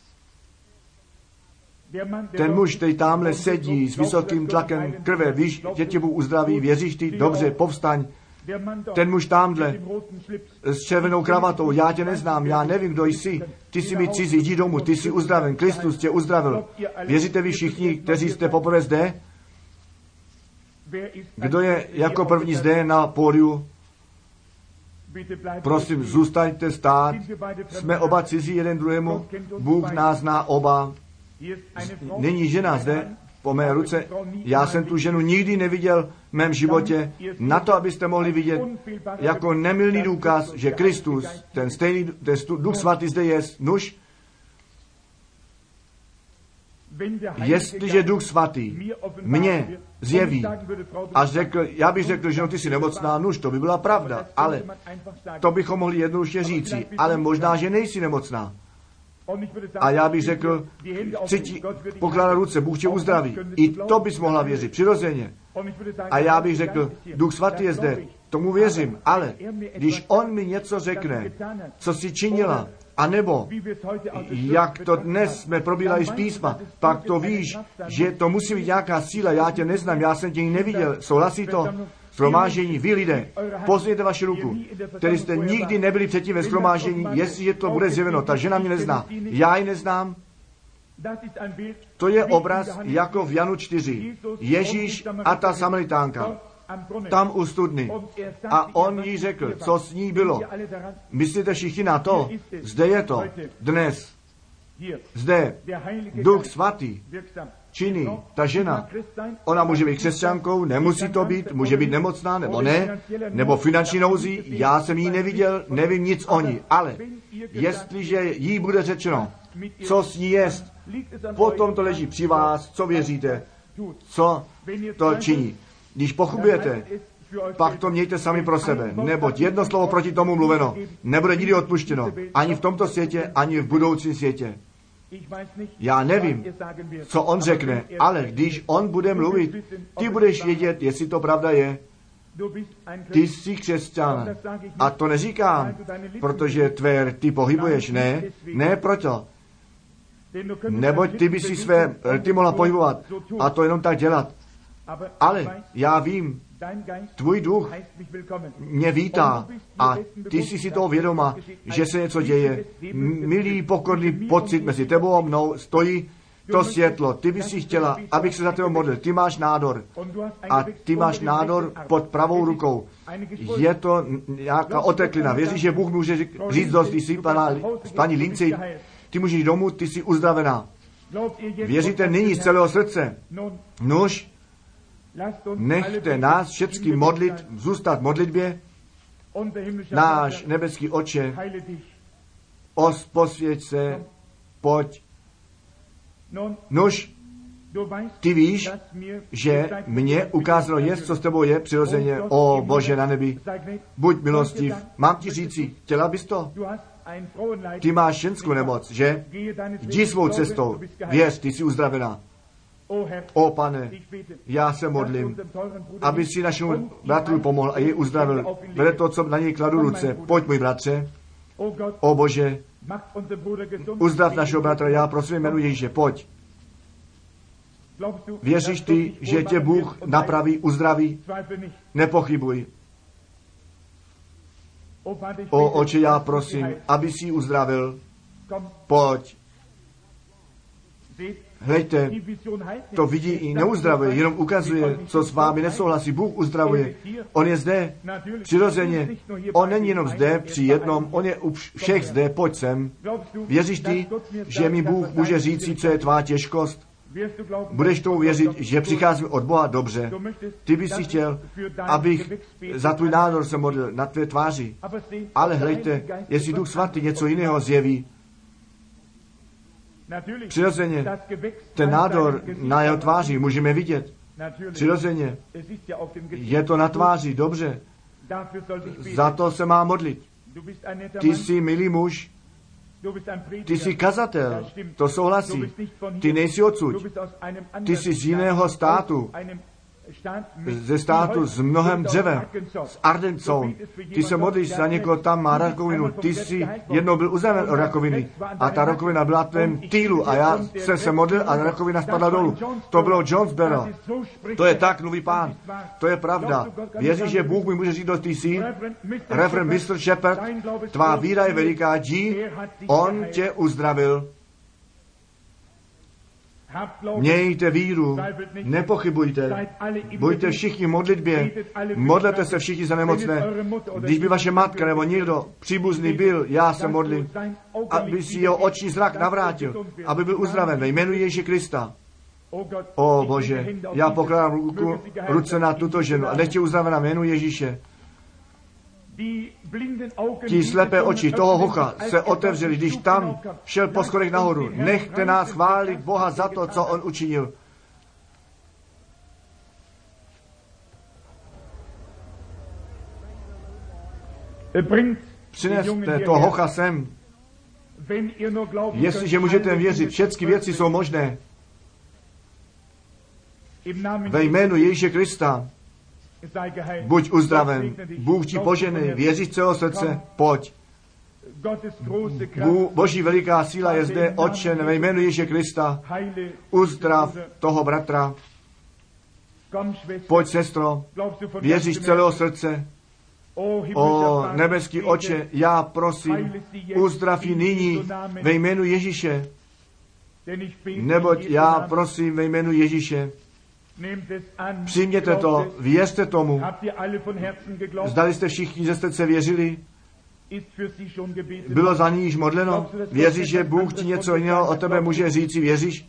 Ten muž, který tamhle sedí s vysokým tlakem krve, víš, že tě Bůh uzdraví, věříš ty? Dobře, povstaň. Ten muž tamhle s červenou kravatou, já tě neznám, já nevím, kdo jsi. Ty jsi mi cizí, jdi domů, ty jsi uzdraven, Kristus tě uzdravil. Věříte vy všichni, kteří jste poprvé zde? Kdo je jako první zde na pódiu? Prosím, zůstaňte stát. Jsme oba cizí jeden druhému. Bůh nás zná oba. Není žena zde po mé ruce. Já jsem tu ženu nikdy neviděl v mém životě. Na to, abyste mohli vidět jako nemylný důkaz, že Kristus, ten stejný Duch Svatý zde je. Nuž, jestliže Duch Svatý mě zjeví a řekl, já bych řekl, že no, ty jsi nemocná, nuž, to by byla pravda, ale to bychom mohli jednoduše říci, ale možná, že nejsi nemocná. A já bych řekl, chci ti pokládat ruce, Bůh tě uzdraví. I to bys mohla věřit, přirozeně. A já bych řekl, Duch Svatý je zde, tomu věřím, ale když on mi něco řekne, co si činila, a nebo, jak to dnes jsme probírali z písma, pak to víš, že to musí být nějaká síla, já tě neznám, já jsem tě neviděl, souhlasí to? Shromáždění, vy lidé, pozvěte vaši ruku, který jste nikdy nebyli předtím ve shromáždění, jestliže to bude zjeveno, ta žena mě nezná, já ji neznám. To je obraz jako v Janu 4. Ježíš a ta Samaritánka, tam u studny. A on jí řekl, co s ní bylo. Myslíte všichni na to? Zde je to, dnes. Zde Duch Svatý činný. Ta žena, ona může být křesťankou, nemusí to být, může být nemocná, nebo ne, nebo finanční nouzí, já jsem jí neviděl, nevím nic o ní, ale jestliže jí bude řečeno, co s ní jest, potom to leží při vás, co věříte, co to činí. Když pochybujete, pak to mějte sami pro sebe, neboť jedno slovo proti tomu mluveno nebude nikdy odpuštěno, ani v tomto světě, ani v budoucím světě. Já nevím, co on řekne, ale když on bude mluvit, ty budeš vědět, jestli to pravda je. Ty jsi křesťan. A to neříkám, protože ty pohybuješ, ne proto. Neboť ty by si své rty mohla pohybovat a to jenom tak dělat. Ale já vím, tvůj duch mě vítá a ty jsi si toho vědoma, že se něco děje. Milý pokorný pocit mezi tebou a mnou stojí to světlo. Ty bys si chtěla, abych se za tebe modlil. Ty máš nádor a ty máš nádor pod pravou rukou. Je to nějaká oteklina. Věříš, že Bůh může říct dost, ty jsi paní Linci, ty můžeš domů, ty jsi uzdravená. Věříte nyní z celého srdce? Nuž, nechte nás všechny modlit, zůstat v modlitbě. Náš nebeský Otče, posvěť se, pojď. Nuž, ty víš, že mě ukázalo jest, co s tebou je, přirozeně, o Bože na nebi, buď milostiv. Mám ti říci, chtěla bys to? Ty máš ženskou nemoc, že? Jdi svou cestou, věř, ty jsi uzdravená. O Pane, já se modlím, aby si našemu bratru pomohl a jej uzdravil. Vede to, co na něj kladu ruce. Pojď, můj bratře. O Bože, uzdrav našeho bratra, já prosím jménu Ježíše, pojď. Věříš ty, že tě Bůh napraví, uzdraví? Nepochybuj. O Otče, já prosím, aby si ji uzdravil. Pojď. Hleďte, to vidí i neuzdravuje, jenom ukazuje, co s vámi nesouhlasí. Bůh uzdravuje. On je zde, přirozeně. On není jenom zde při jednom, on je u všech zde, pojď sem. Věříš ty, že mi Bůh může říct, co je tvá těžkost? Budeš tomu věřit, že přicházím od Boha? Dobře. Ty bys si chtěl, abych za tvůj nádor se modlil na tvé tváři. Ale hleďte, jestli Duch Svatý něco jiného zjeví, přirozeně, ten nádor na jeho tváři můžeme vidět. Přirozeně, je to na tváři, dobře. Za to se má modlit. Ty jsi milý muž, ty jsi kazatel, to souhlasí. Ty nejsi odsud. Ty jsi z jiného státu, ze státu s mnohem dřevem, s Arkansas. Ty se modlíš za někoho, tam má rakovinu. Ty jsi jednou byl uzdraven od rakoviny a ta rakovina byla v tvém týlu a já jsem se modlil a rakovina spadla dolů. To bylo Jonesboro. To je tak, mluví Pán. To je pravda. Věříš, že Bůh mi může říct, kdo ty jsi? Reverend Mr. Shepherd, tvá víra je veliká, jdi, on tě uzdravil. Mějte víru, nepochybujte, buďte všichni v modlitbě, modlete se všichni za nemocné. Když by vaše matka nebo někdo příbuzný byl, já se modlím, aby si jeho oční zrak navrátil, aby byl uzdraven ve jménu Ježíše Krista. O Bože, já pokládám ruce na tuto ženu a nech tě uzdravena jménu Ježíše. Ti slepé oči toho hocha se otevřeli, když tam šel po schodech nahoru. Nechte nás chválit Boha za to, co on učinil. Přineste toho hocha sem. Jestliže můžete věřit, všechny věci jsou možné. Ve jménu Ježíše Krista buď uzdraven, Bůh ti požehnej, věříš celého srdce, pojď. Boží veliká síla je zde, Otče, ve jménu Ježíše Krista, uzdrav toho bratra. Pojď, sestro, věříš celého srdce. O nebeský Otče, já prosím, uzdrav ji nyní ve jménu Ježíše, neboť já prosím ve jménu Ježíše. Přijměte to, věřte tomu. Zdali jste všichni ze srdce věřili? Bylo za ní již modleno? Věříš, že Bůh ti něco jiného o tebe může říci? Věříš?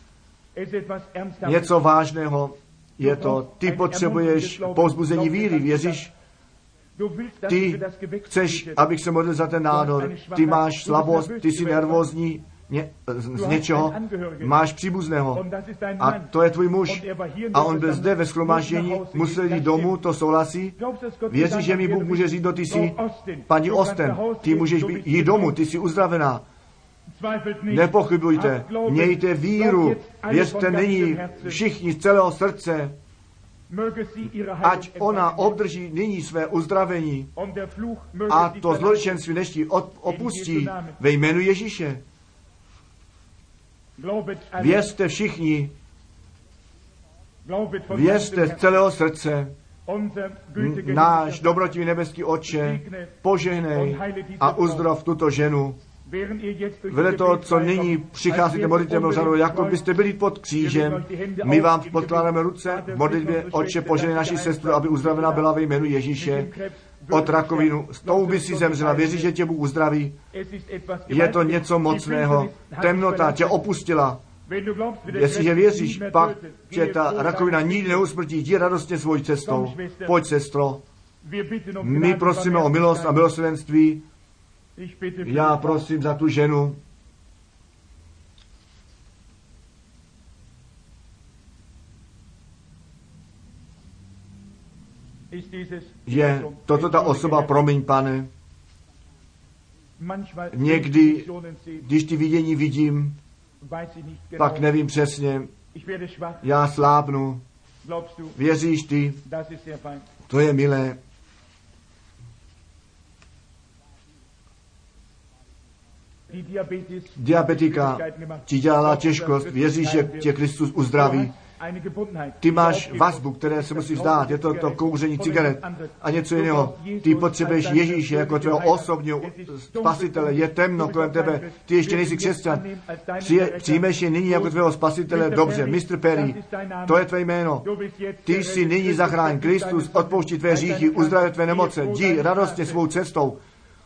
Něco vážného je to. Ty potřebuješ povzbuzení víry. Věříš? Ty chceš, abych se modlil za ten nádor. Ty máš slabost, ty jsi nervózní z něčeho, máš příbuzného a to je tvůj muž a on byl zde ve shromáždění, musel jít domů, to souhlasí. Věříš, že mi Bůh může říct, ty jsi paní Osten, ty můžeš jít domů, ty jsi uzdravená. Nepochybujte, mějte víru, věřte nyní všichni z celého srdce, ať ona obdrží nyní své uzdravení a to zločinství neští opustí ve jménu Ježíše. Věřte všichni, věřte z celého srdce, náš dobrotivý nebeský Otče, požehnej a uzdrav tuto ženu. Vedle toho, co nyní přicházíte modlitevnou řadou, jako byste byli pod křížem, my vám podkládáme ruce v modlitbě, Otče, požehnej naši sestru, aby uzdravená byla ve jménu Ježíše od rakovinu. S tou by si zemřela, věříš, že tě Bůh uzdraví? Je to něco mocného. Temnota tě opustila. Jestliže věříš, pak tě ta rakovina nikdy neusmrtí, jdi radostně svou cestou. Pojď, sestro. My prosíme o milost a milosrdenství. Já prosím za tu ženu. Je toto ta osoba, promiň, Pane. Někdy, když ty vidění vidím, pak nevím přesně, já slábnu. Věříš ty? To je milé. Diabetika ti dělala těžkost, věříš, že tě Kristus uzdraví. Ty máš vazbu, které se musí vzdát, je to kouření cigaret a něco jiného. Ty potřebuješ Ježíše jako tvého osobního spasitele, je temno kolem tebe, ty ještě nejsi křesťan. Přijmeš je nyní jako tvého spasitele, dobře, Mr. Perry, to je tvé jméno. Ty jsi nyní zachráň, Kristus odpouští tvé hříchy, uzdraví tvé nemoce, jdi radostně svou cestou.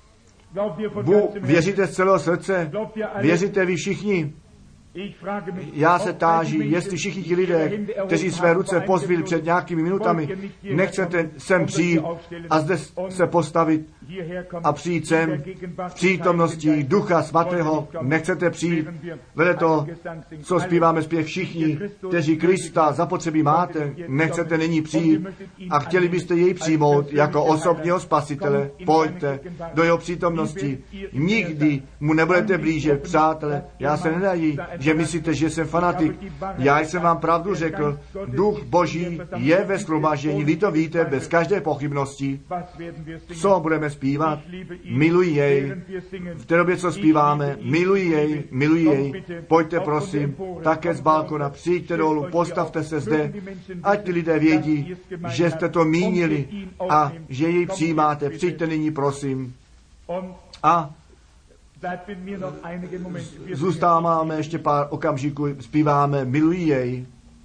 Věříte z celého srdce? Věříte vy všichni? Já se táží, jestli všichni ti lidé, kteří své ruce pozvili před nějakými minutami, nechcete sem přijít a zde se postavit a přijít sem v přítomnosti Ducha Svatého, nechcete přijít vedle toho, co zpíváme zpěv všichni, kteří Krista zapotřebí máte, nechcete nyní přijít a chtěli byste jej přijmout jako osobního spasitele, pojďte do jeho přítomnosti. Nikdy mu nebudete blíže, přátelé, já se nedají, že myslíte, že jsem fanatik. Já jsem vám pravdu řekl, Duch Boží je ve shromáždění, vy to víte, bez každé pochybnosti. Co budeme zpívat? Miluji jej. V té době, co zpíváme, miluji jej. Pojďte, prosím, také z balkona, přijďte dolů, postavte se zde, ať ty lidé vědí, že jste to mínili a že jej přijímáte. Přijďte nyní, prosím. A Zůstáváme ještě pár okamžiků, zpíváme Miluji jej.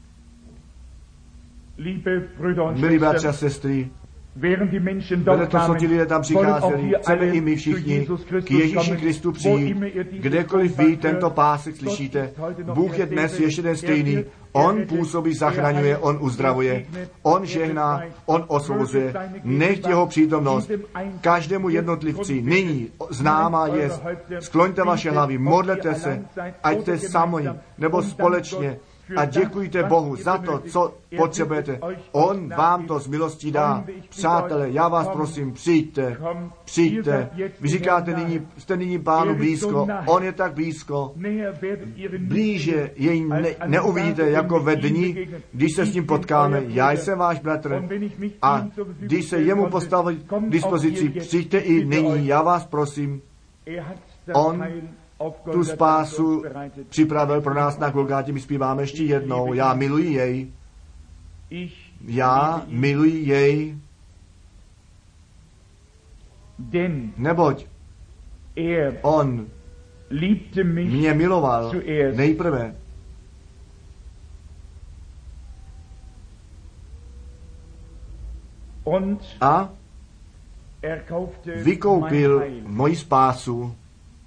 Milí bratři a sestry, vedle to, co ti lidé tam přicházeli, chceme i my všichni k Ježíši Kristu přijít. Kdekoliv vy tento pásek slyšíte, Bůh je dnes ještě ten stejný. On působí, zachraňuje, on uzdravuje, on žehná, on osvobozuje. Nechť jeho přítomnost každému jednotlivci nyní známá je. Skloňte vaše hlavy, modlete se, ať jste sami nebo společně. A děkujte Bohu za to, co potřebujete. On vám to z milostí dá. Přátelé, já vás prosím, přijďte, přijďte. Vy říkáte, jste nyní Pánu blízko. On je tak blízko. Blíže jej neuvidíte jako ve dni, když se s ním potkáme. Já jsem váš bratr. A když se jemu postaví k dispozici, přijďte i nyní. Já vás prosím. On tu spásu připravil pro nás na Golgátě. My zpíváme ještě jednou. Já miluji jej. Já miluji jej. Neboť on mě miloval nejprve. A vykoupil moji spásu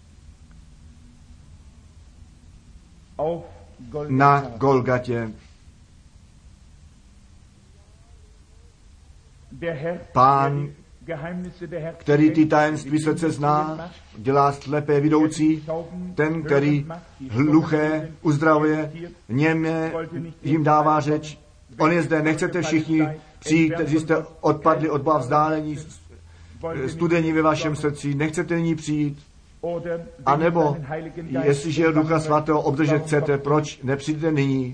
na Golgatě. Pán, který ty tajemství srdce zná, dělá slepé vidoucí, ten, který hluché uzdravuje, němě jim dává řeč. On je zde, nechcete všichni přijít, kteří jste odpadli od Boha vzdálení, studení ve vašem srdci, nechcete nyní přijít. A nebo, jestliže jeho Ducha Svatého obdržet chcete, proč nepřijdete nyní?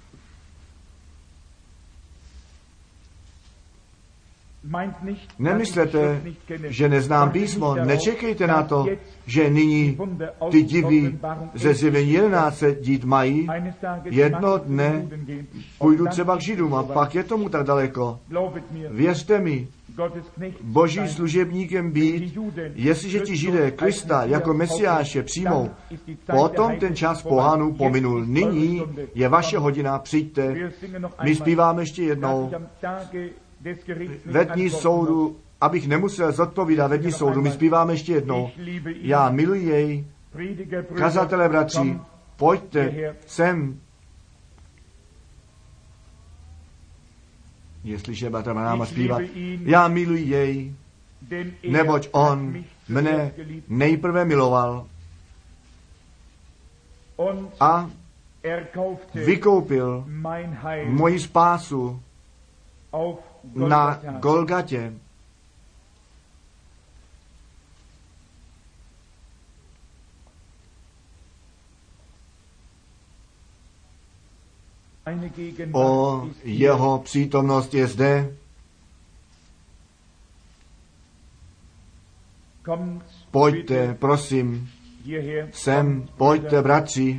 Nemyslete, že neznám písmo. Nečekejte na to, že nyní ty divy ze Zjevení 11 se dít mají. Jedno dne půjdu třeba k Židům a pak je tomu tak daleko. Věřte mi, Boží služebníkem být, jestliže ti Židé Krista jako Mesiáše přijmou, potom ten čas pohanů pominul. Nyní je vaše hodina, přijďte. My zpíváme ještě jednou. Ve dní soudu, abych nemusel zodpovídat ve dní soudu, my zpíváme ještě jednou. Já miluji jej. Kazatelé, bratři, pojďte sem. Jestliže bratr Branhama zpívat, já miluji jej, neboť on mne nejprve miloval a vykoupil moji spásu na Golgatě. O jeho přítomnost je zde. Pojďte, prosím, sem, pojďte, bratři.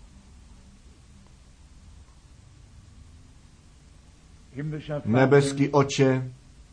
Nebeský Otče,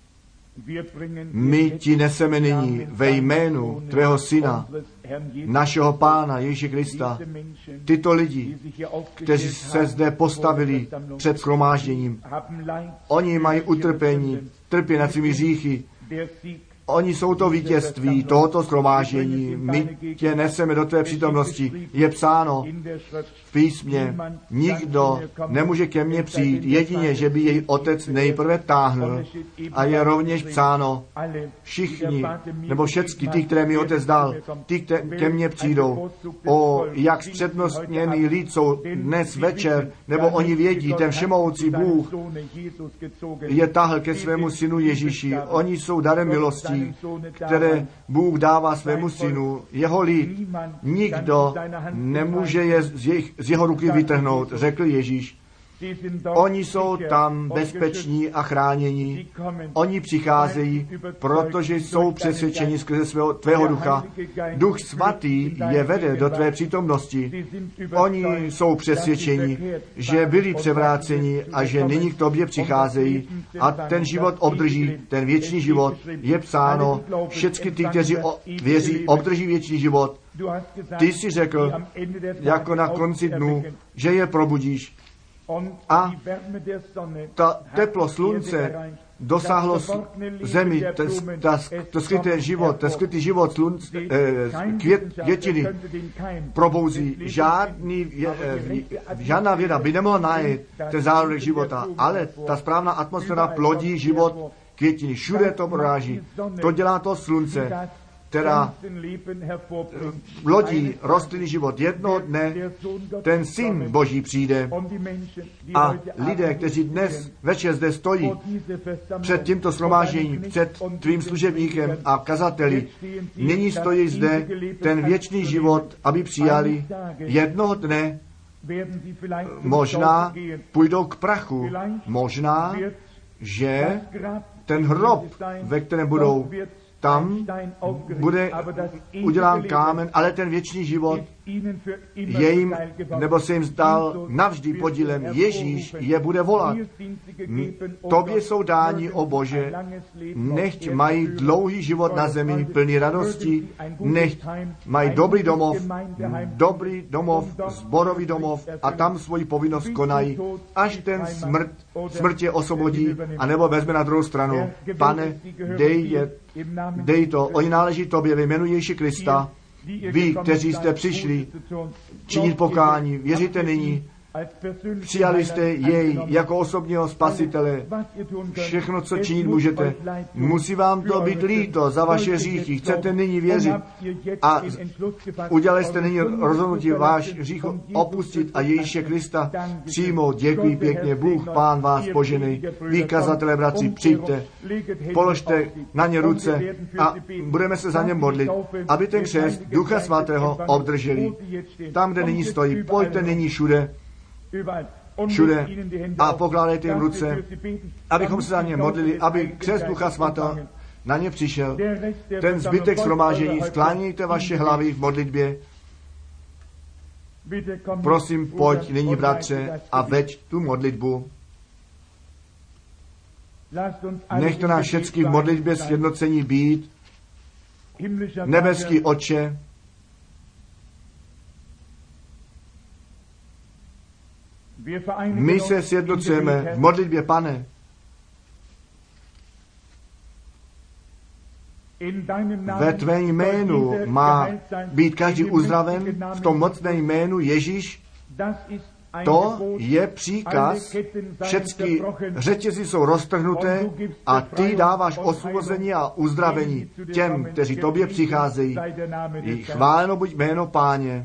my ti neseme nyní ve jménu tvého syna, našeho Pána Ježíše Krista, tyto lidi, kteří se zde postavili před shromážděním. Oni mají utrpení, trpí nad svými hříchy. Oni jsou to vítězství tohoto shromáždění. My tě neseme do tvé přítomnosti. Je psáno v písmě, nikdo nemůže ke mně přijít, jedině, že by jej otec nejprve táhnul. A je rovněž psáno, všichni, nebo všecky ty, které mi otec dal, ty ke mně přijdou. O, jak zpřednostněný lid jsou dnes večer, nebo oni vědí, ten všemohoucí Bůh je táhl ke svému synu Ježíši. Oni jsou darem milosti, které Bůh dává svému synu, jeho lid. Nikdo nemůže je z jeho ruky vytrhnout, řekl Ježíš. Oni jsou tam bezpeční a chráněni. Oni přicházejí, protože jsou přesvědčeni skrze tvého ducha. Duch svatý je vede do tvé přítomnosti. Oni jsou přesvědčeni, že byli převráceni a že nyní k tobě přicházejí a ten život obdrží, ten věčný život. Je psáno, všechny ty, kteří věří, obdrží věčný život. Ty jsi řekl, jako na konci dnu, že je probudíš. A to teplo slunce dosáhlo zemi, to skrytý život květiny probouzí. Žádná věda by nemohla najít ten zárodek života, ale ta správná atmosféra plodí život květiny. Všude to proráží. To dělá to slunce, která lodí rostlinný život. Jednoho dne ten Syn Boží přijde a lidé, kteří dnes večer zde stojí před tímto shromážděním, před tvým služebníkem a kazateli, nyní stojí zde ten věčný život, aby přijali. Jednoho dne možná půjdou k prachu, možná, že ten hrob, ve kterém budou, tam bude udělán kámen, ale ten věčný život je jim, nebo se jim zdal navždy podílem. Ježíš je bude volat. Tobě jsou dáni, o Bože, nechť mají dlouhý život na zemi, plný radosti, nechť mají dobrý domov, sborový domov a tam svoji povinnost konají, až ten smrt je osvobodí, anebo vezme na druhou stranu. Pane, dej to, oni náleží tobě ve jménu Ježíše Krista. Vy, kteří jste přišli činit pokání, věříte nyní, přijali jste jej jako osobního spasitele. Všechno, co činit můžete, musí vám to být líto za vaše hříchy. Chcete nyní věřit a udělali jste nyní rozhodnutí váš hřích opustit a Ježíše Krista přijmout. Děkuji pěkně, Bůh, Pán vás poženej. Vy, kazatelé, bratři, přijďte, položte na ně ruce a budeme se za ně modlit, aby ten křest Ducha Svatého obdrželi. Tam, kde nyní stojí, pojďte nyní všude a pokládejte jim ruce, abychom se za ně modlili, aby křest Ducha Svatého na ně přišel. Ten zbytek shromáždění, sklánějte vaše hlavy v modlitbě. Prosím, pojď nyní, bratře, a veď tu modlitbu. Nechte nás všechny v modlitbě sjednocení být. Nebeský Otče, my se sjednocujeme v modlitbě, Pane. Ve tvém jménu má být každý uzdraven, v tom mocném jménu Ježíš. To je příkaz, všechny řetězy jsou roztrhnuté a ty dáváš osvobození a uzdravení těm, kteří tobě přicházejí. Chváleno buď jméno Páně.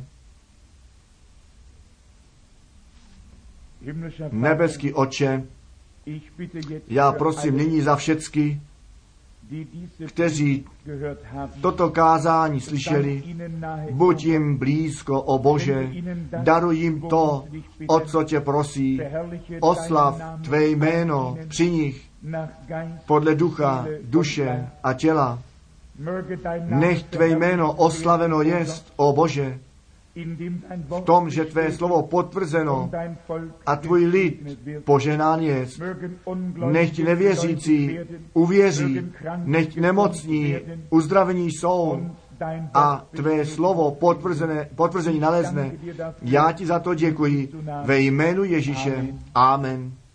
Nebeský Otče, já prosím nyní za všechny, kteří toto kázání slyšeli, buď jim blízko, o Bože, daruj jim to, o co tě prosí, oslav tvé jméno při nich, podle ducha, duše a těla. Nech tvé jméno oslaveno jest, o Bože, v tom, že tvé slovo potvrzeno a tvůj lid požehnán jest. Nechť nevěřící uvěří, nechť nemocní uzdravení jsou a tvé slovo potvrzení nalezne. Já ti za to děkuji ve jménu Ježíše. Amen.